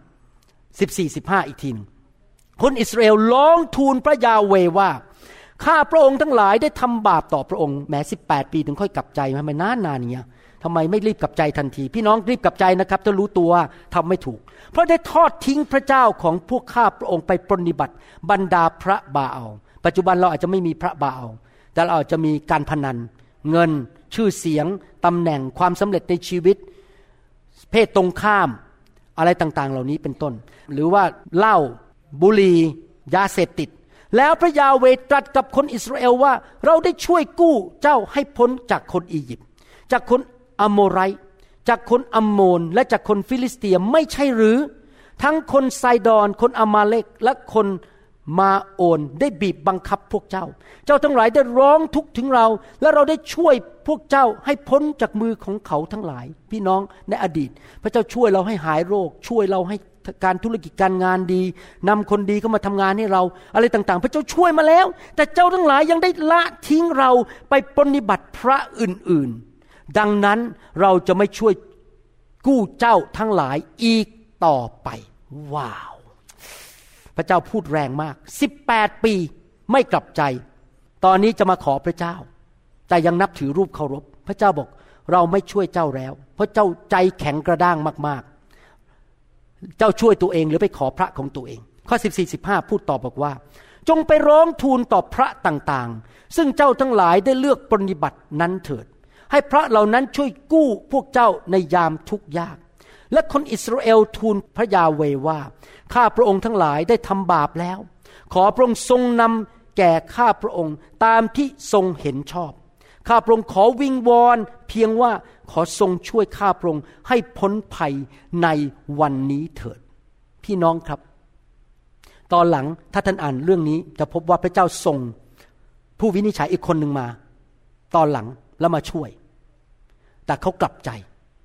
13 14 15อีกทีนึงคนอิสราเอลร้องทูลพระยาเวห์ว่าข้าพระองค์ทั้งหลายได้ทำบาปต่อพระองค์แม้18 ปีถึงค่อยกลับใจทำไมนานๆเนี่ยทำไมไม่รีบกลับใจทันทีพี่น้องรีบกลับใจนะครับถ้ารู้ตัวทำไม่ถูกเพราะได้ทอดทิ้งพระเจ้าของพวกข้าพระองค์ไปปรนนิบัติบรรดาพระบาอัลปัจจุบันเราอาจจะไม่มีพระบาอัลแต่เราอาจจะมีการพนันเงินชื่อเสียงตำแหน่งความสำเร็จในชีวิตเพศตรงข้ามอะไรต่างๆเหล่านี้เป็นต้นหรือว่าเหล้าบุหรี่ยาเสพติดแล้วพระยาเวห์ตรัสกับคนอิสราเอลว่าเราได้ช่วยกู้เจ้าให้พ้นจากคนอียิปต์จากคนอโมไรต์จากคนอัมโมนและจากคนฟิลิสเตียไม่ใช่หรือทั้งคนไซดอนคนอามาเลกและคนมาโอนได้บีบบังคับพวกเจ้าทั้งหลายได้ร้องทุกข์ถึงเราและเราได้ช่วยพวกเจ้าให้พ้นจากมือของเขาทั้งหลายพี่น้องในอดีตพระเจ้าช่วยเราให้หายโรคช่วยเราให้การธุรกิจการงานดีนำคนดีเข้ามาทำงานให้เราอะไรต่างๆพระเจ้าช่วยมาแล้วแต่เจ้าทั้งหลายยังได้ละทิ้งเราไปปฏิบัติพระอื่นๆดังนั้นเราจะไม่ช่วยกู้เจ้าทั้งหลายอีกต่อไปว้าวพระเจ้าพูดแรงมาก18 ปีไม่กลับใจตอนนี้จะมาขอพระเจ้าแต่ยังนับถือรูปเคารพพระเจ้าบอกเราไม่ช่วยเจ้าแล้วเพราะเจ้าใจแข็งกระด้างมากๆเจ้าช่วยตัวเองหรือไปขอพระของตัวเองข้อ14-15พูดต่อบอกว่าจงไปร้องทูลต่อพระต่างๆซึ่งเจ้าทั้งหลายได้เลือกปฏิบัตินั้นเถิดให้พระเหล่านั้นช่วยกู้พวกเจ้าในยามทุกข์ยากและคนอิสราเอลทูลพระยาเวห์ว่าข้าพระองค์ทั้งหลายได้ทำบาปแล้วขอพระองค์ทรงนำแก่ข้าพระองค์ตามที่ทรงเห็นชอบข้าพระองค์ขอวิงวอนเพียงว่าขอทรงช่วยข้าพระองค์ให้พ้นภัยในวันนี้เถิดพี่น้องครับตอนหลังถ้าท่านอ่านเรื่องนี้จะพบว่าพระเจ้าส่งผู้วินิจฉัยอีกคนหนึ่งมาตอนหลังแล้วมาช่วยแต่เขากลับใจ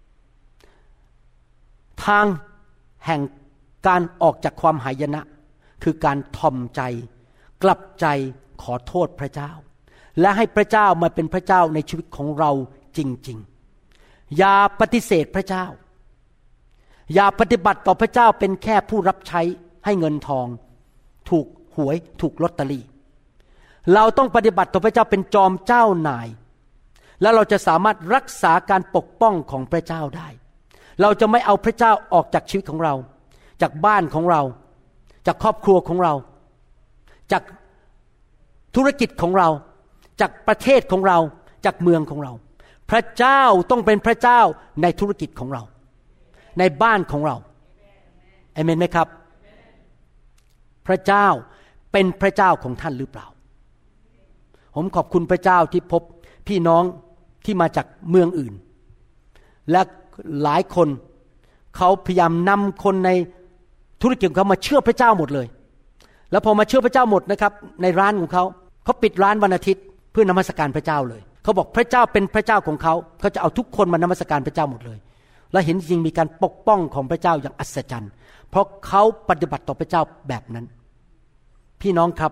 ทางแห่งการออกจากความหายนะคือการทอมใจกลับใจขอโทษพระเจ้าและให้พระเจ้ามาเป็นพระเจ้าในชีวิตของเราจริงๆอย่าปฏิเสธพระเจ้าอย่าปฏิบัติต่อพระเจ้าเป็นแค่ผู้รับใช้ให้เงินทองถูกหวยถูกลอตเตอรี่เราต้องปฏิบัติต่อพระเจ้าเป็นจอมเจ้านายแล้วเราจะสามารถรักษาการปกป้องของพระเจ้าได้เราจะไม่เอาพระเจ้าออกจากชีวิตของเราจากบ้านของเราจากครอบครัวของเราจากธุรกิจของเราจากประเทศของเราจากเมืองของเราพระเจ้าต้องเป็นพระเจ้าในธุรกิจของเราในบ้านของเราเอเมนไหมครับพระเจ้าเป็นพระเจ้าของท่านหรือเปล่าผมขอบคุณพระเจ้าที่พบพี่น้องที่มาจากเมืองอื่นและหลายคนเขาพยายามนำคนในธุรกิจของเขามาเชื่อพระเจ้าหมดเลยแล้วพอมาเชื่อพระเจ้าหมดนะครับในร้านของเขาปิดร้านวันอาทิตย์เพื่อนมัสการพระเจ้าเลยเขาบอกพระเจ้าเป็นพระเจ้าของเขาจะเอาทุกคนมานมัสการพระเจ้าหมดเลยและเห็นจริงมีการปกป้องของพระเจ้าอย่างอัศจรรย์เพราะเขาปฏิบัติต่อพระเจ้าแบบนั้นพี่น้องครับ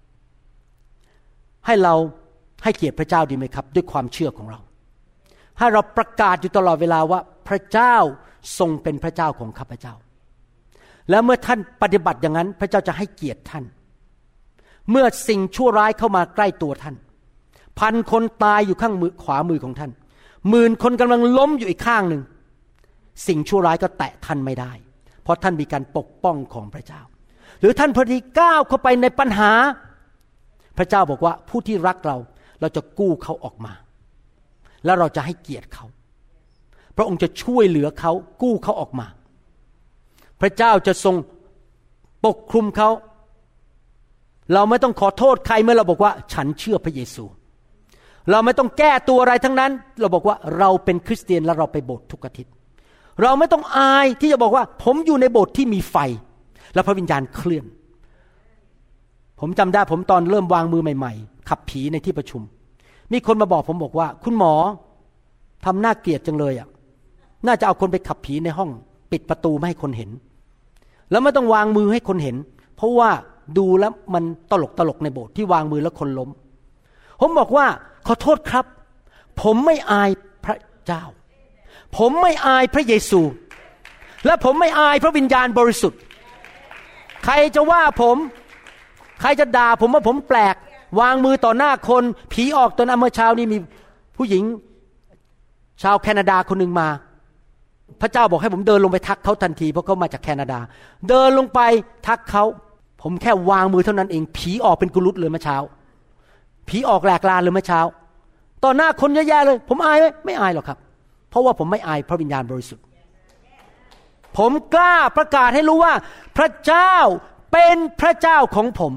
ให้เราให้เกียรติพระเจ้าดีไหมครับด้วยความเชื่อของเราให้เราประกาศอยู่ตลอดเวลาว่าพระเจ้าทรงเป็นพระเจ้าของข้าพเจ้าแล้วเมื่อท่านปฏิบัติอย่างนั้นพระเจ้าจะให้เกียรติท่านเมื่อสิ่งชั่วร้ายเข้ามาใกล้ตัวท่านพันคนตายอยู่ข้างมือขวามือของท่านหมื่นคนกำลังล้มอยู่อีกข้างหนึ่งสิ่งชั่วร้ายก็แตะท่านไม่ได้เพราะท่านมีการปกป้องของพระเจ้าหรือท่านพอดีก้าวเข้าไปในปัญหาพระเจ้าบอกว่าผู้ที่รักเราจะกู้เขาออกมาแล้วเราจะให้เกียรติเขาพระองค์จะช่วยเหลือเขากู้เขาออกมาพระเจ้าจะทรงปกคลุมเขาเราไม่ต้องขอโทษใครเมื่อเราบอกว่าฉันเชื่อพระเยซูเราไม่ต้องแก้ตัวอะไรทั้งนั้นเราบอกว่าเราเป็นคริสเตียนและเราไปโบสถ์ทุกอาทิตย์เราไม่ต้องอายที่จะบอกว่าผมอยู่ในโบสถ์ที่มีไฟและพระวิญญาณเคลื่อนผมจำได้ผมตอนเริ่มวางมือใหม่ๆขับผีในที่ประชุมมีคนมาบอกผมบอกว่าคุณหมอทำน่าเกลียดจังเลยอ่ะน่าจะเอาคนไปขับผีในห้องปิดประตูไม่ให้คนเห็นแล้วไม่ต้องวางมือให้คนเห็นเพราะว่าดูแล้วมันตลกในโบสถ์ที่วางมือแล้วคนล้มผมบอกว่าขอโทษครับผมไม่อายพระเจ้าผมไม่อายพระเยซูและผมไม่อายพระวิญญาณบริสุทธิ์ใครจะว่าผมใครจะด่าผมว่าผมแปลกวางมือต่อหน้าคนผีออกตอนเมื่อเช้านี้มีผู้หญิงชาวแคนาดาคนหนึ่งมาพระเจ้าบอกให้ผมเดินลงไปทักเขาทันทีเพราะเขามาจากแคนาดาเดินลงไปทักเขาผมแค่วางมือเท่านั้นเองผีออกเป็นกุลุตเลยเมื่อเช้าผีออกแหลกลานเลยเมื่อเช้าต่อหน้าคนเยอะแยะเลยผมอายไหมไม่อายหรอกครับเพราะว่าผมไม่อายพระวิญญาณบริสุทธิ์ผมกล้าประกาศให้รู้ว่าพระเจ้าเป็นพระเจ้าของผม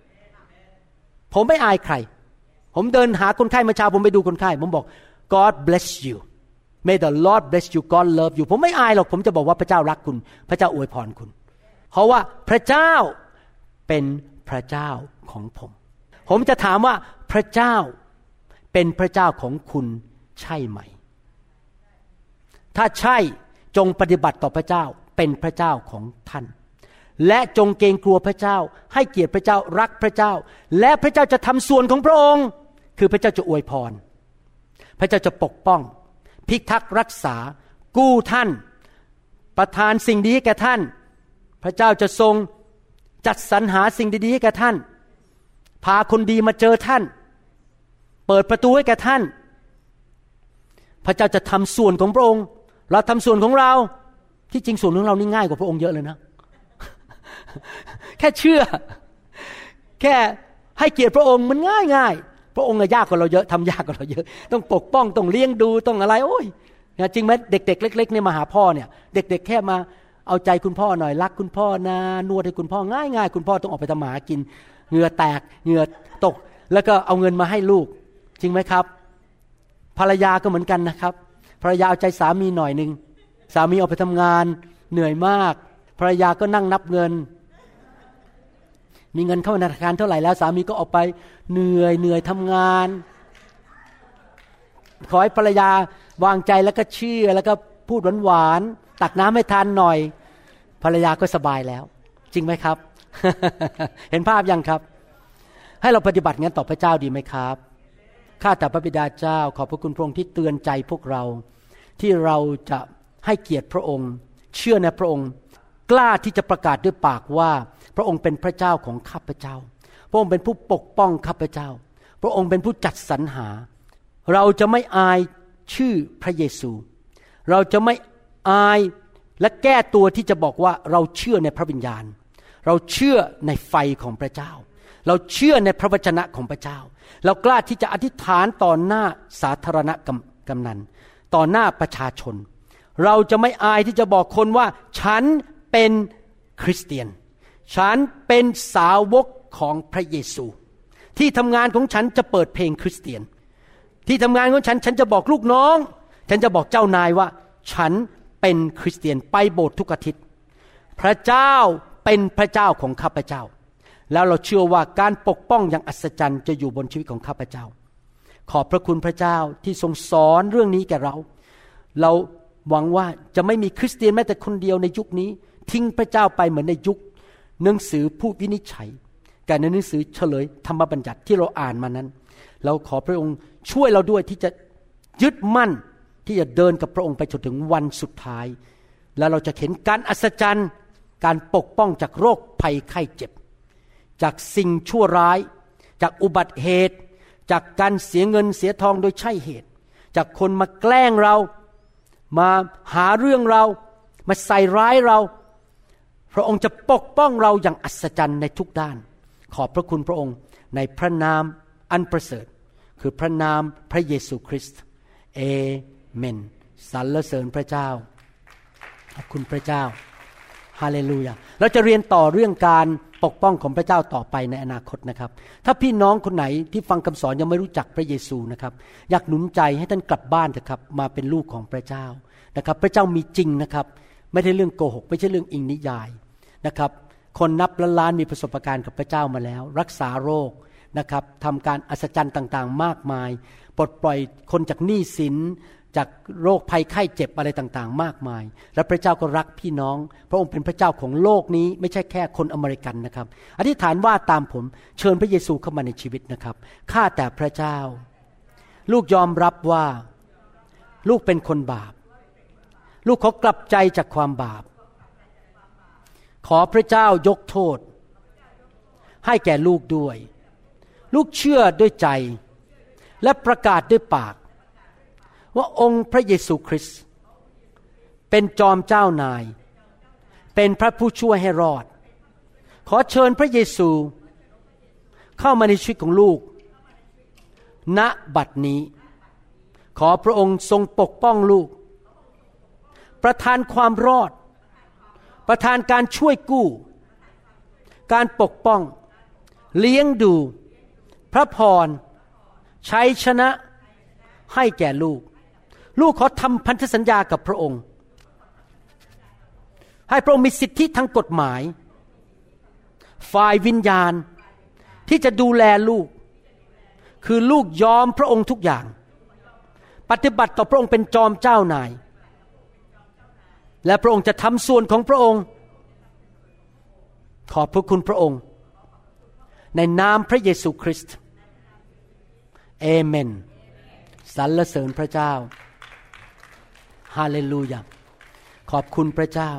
ไม่อายใครผมเดินหาคนไข้เมื่อเช้าผมไปดูคนไข้ผมบอก God bless you May the Lord bless you God love you ผมไม่อายหรอกผมจะบอกว่าพระเจ้ารักคุณพระเจ้าอวยพรคุณเพราะว่าพระเจ้าเป็นพระเจ้าของผมจะถามว่าพระเจ้าเป็นพระเจ้าของคุณใช่ไหมถ้าใช่จงปฏิบัติต่อพระเจ้าเป็นพระเจ้าของท่านและจงเกรงกลัวพระเจ้าให้เกียรติพระเจ้ารักพระเจ้าและพระเจ้าจะทำส่วนของพระองค์คือพระเจ้าจะอวยพรพระเจ้าจะปกป้องพิทักษ์รักษากู้ท่านประทานสิ่งดีให้แก่ท่านพระเจ้าจะทรงจัดสรรหาสิ่งดีๆให้แก่ท่านพาคนดีมาเจอท่านเปิดประตูให้แก่ท่านพระเจ้าจะทำส่วนของพระองค์เราทำส่วนของเราที่จริงส่วนของเรานี่ง่ายกว่าพระองค์เยอะเลยนะ แค่เชื่อแค่ให้เกียรติพระองค์มันง่ายพระองค์ยากกว่าเราเยอะทำยากกว่าเราเยอะต้องปกป้องต้องเลี้ยงดูต้องอะไรโอ้ยจริงไหมเด็กๆเล็กๆเนี่ยมาหาพ่อเนี่ยเด็กๆแค่มาเอาใจคุณพ่อหน่อยรักคุณพ่อนะนวดให้คุณพ่อง่ายๆคุณพ่อต้องออกไปทำมาหากินเหงื่อแตกเหงื่อตกแล้วก็เอาเงินมาให้ลูกจริงไหมครับภรรยาก็เหมือนกันนะครับภรรยาเอาใจสามีหน่อยนึงสามีออกไปทำงานเหนื่อยมากภรรยาก็นั่งนับเงินมีเงินเข้าธนาคารเท่าไหร่แล้วสามีก็ออกไปเหนื่อยทำงานขอให้ภรรยาวางใจแล้วก็เชื่อแล้วก็พูดหวานๆตักน้ำให้ทานหน่อยภรรยาก็สบายแล้วจริงไหมครับ เห็นภาพยังครับให้เราปฏิบัติงั้นต่อพระเจ้าดีไหมครับข้าแต่พระบิดาเจ้าขอบพระคุณพระองค์ที่เตือนใจพวกเราที่เราจะให้เกียรติพระองค์เชื่อในพระองค์กล้าที่จะประกาศด้วยปากว่าพระองค์เป็นพระเจ้าของข้าพเจ้าพระองค์เป็นผู้ปกป้องข้าพเจ้าพระองค์เป็นผู้จัดสรรหาเราจะไม่อายชื่อพระเยซูเราจะไม่อายและแก้ตัวที่จะบอกว่าเราเชื่อในพระวิญญาณเราเชื่อในไฟของพระเจ้าเราเชื่อในพระวจนะของพระเจ้าเรากล้าที่จะอธิษฐานต่อหน้าสาธารณกำนันต่อหน้าประชาชนเราจะไม่อายที่จะบอกคนว่าฉันเป็นคริสเตียนฉันเป็นสาวกของพระเยซูที่ทำงานของฉันจะเปิดเพลงคริสเตียนที่ทำงานของฉันจะบอกลูกน้องฉันจะบอกเจ้านายว่าฉันเป็นคริสเตียนไปโบสถ์ทุกอาทิตย์พระเจ้าเป็นพระเจ้าของข้าพเจ้าแล้วเราเชื่อว่าการปกป้องอย่างอัศจรรย์จะอยู่บนชีวิตของข้าพเจ้าขอบพระคุณพระเจ้าที่ทรงสอนเรื่องนี้แก่เราหวังว่าจะไม่มีคริสเตียนแม้แต่คนเดียวในยุคนี้ทิ้งพระเจ้าไปเหมือนในยุคหนังสือผู้วินิจฉัยกับในหนังสือเฉลยธรรมบัญญัติที่เราอ่านมานั้นเราขอพระองค์ช่วยเราด้วยที่จะยึดมั่นที่จะเดินกับพระองค์ไปจนถึงวันสุดท้ายแล้วเราจะเห็นการอัศจรรย์การปกป้องจากโรคภัยไข้เจ็บจากสิ่งชั่วร้ายจากอุบัติเหตุจากการเสียเงินเสียทองโดยใช่เหตุจากคนมาแกล้งเรามาหาเรื่องเรามาใส่ร้ายเราพระองค์จะปกป้องเราอย่างอัศจรรย์ในทุกด้านขอบพระคุณพระองค์ในพระนามอันประเสริฐคือพระนามพระเยซูคริสต์เอเมนสรรเสริญพระเจ้าขอบคุณพระเจ้าฮาเลลูยาเราจะเรียนต่อเรื่องการปกป้องของพระเจ้าต่อไปในอนาคตนะครับถ้าพี่น้องคนไหนที่ฟังคำสอนยังไม่รู้จักพระเยซูนะครับอยากหนุนใจให้ท่านกลับบ้านเถอะครับมาเป็นลูกของพระเจ้านะครับพระเจ้ามีจริงนะครับไม่ใช่เรื่องโกหกไม่ใช่เรื่องอิงนิยายนะครับคนนับล้านๆมีประสบการณ์กับพระเจ้ามาแล้วรักษาโรคนะครับทำการอัศจรรย์ต่างๆมากมายปลดปล่อยคนจากหนี้สินจากโรคภัยไข้เจ็บอะไรต่างๆมากมายและพระเจ้าก็รักพี่น้องพระองค์เป็นพระเจ้าของโลกนี้ไม่ใช่แค่คนอเมริกันนะครับอธิษฐานว่าตามผมเชิญพระเยซูเข้ามาในชีวิตนะครับข้าแต่พระเจ้าลูกยอมรับว่าลูกเป็นคนบาปลูกขอกลับใจจากความบาปขอพระเจ้ายกโทษให้แก่ลูกด้วยลูกเชื่อด้วยใจและประกาศด้วยปากว่าองค์พระเยซูคริสต์เป็นจอมเจ้านายเป็นพระผู้ช่วยให้รอดขอเชิญพระเยซูเข้ามาในชีวิตของลูกณบัดนี้ขอพระองค์ทรงปกป้องลูกประทานความรอดประทานการช่วยกู้การปกป้องเลี้ยงดูพระพรชัยชนะให้แก่ลูกลูกขอทำพันธสัญญากับพระองค์ให้พระองค์มีสิทธิทางกฎหมายฝ่ายวิญญาณที่จะดูแลลูกคือลูกยอมพระองค์ทุกอย่างปฏิบัติต่อพระองค์เป็นจอมเจ้านายและพระองค์จะทำส่วนของพระองค์ขอบพระคุณพระองค์ในนามพระเยซูคริสต์เอเมนสรรเสริญพระเจ้าฮาเลลูยาขอบคุณพระเจ้า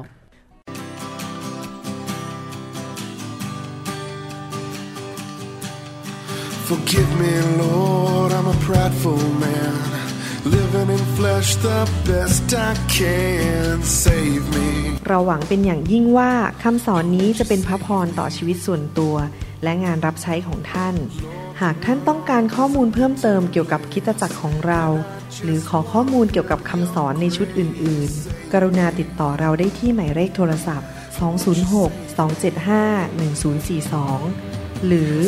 Forgive me, Lord, I'm a prideful man, living in flesh the best I can. Save me. เราหวังเป็นอย่างยิ่งว่าคำสอนนี้จะเป็นพระพรต่อชีวิตส่วนตัวและงานรับใช้ของท่านหากท่านต้องการข้อมูลเพิ่มเติมเกี่ยวกับคริสตจักรของเราหรือขอข้อมูลเกี่ยวกับคำสอนในชุดอื่นๆกรุณาติดต่อเราได้ที่หมายเลขโทรศัพท์206-275-1042หรือ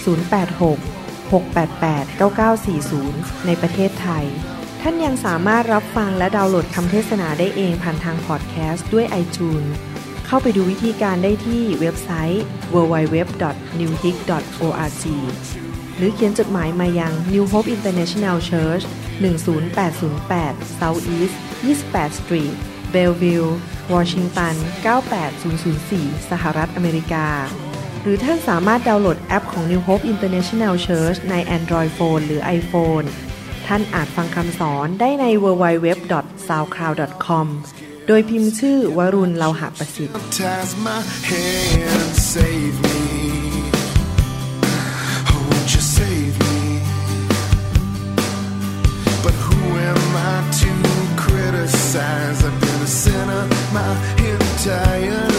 086-688-9940ในประเทศไทยท่านยังสามารถรับฟังและดาวน์โหลดคำเทศนาได้เองผ่านทางพอดแคสต์ด้วย iTunes เข้าไปดูวิธีการได้ที่เว็บไซต์ www.newhope.org หรือเขียนจดหมายมายัง New Hope International Church 10808 South East 28 Street Bellevue Washington 98004 สหรัฐอเมริกาหรือท่านสามารถดาวน์โหลดแอปของ New Hope International Church ใน Android Phone หรือ iPhone ท่านอาจฟังคำสอนได้ใน www.soundcloud.com โดยพิมพ์ชื่อวรุณ เลาหะประสิทธิ์ But who am I to criticize? I've been a sinner my entire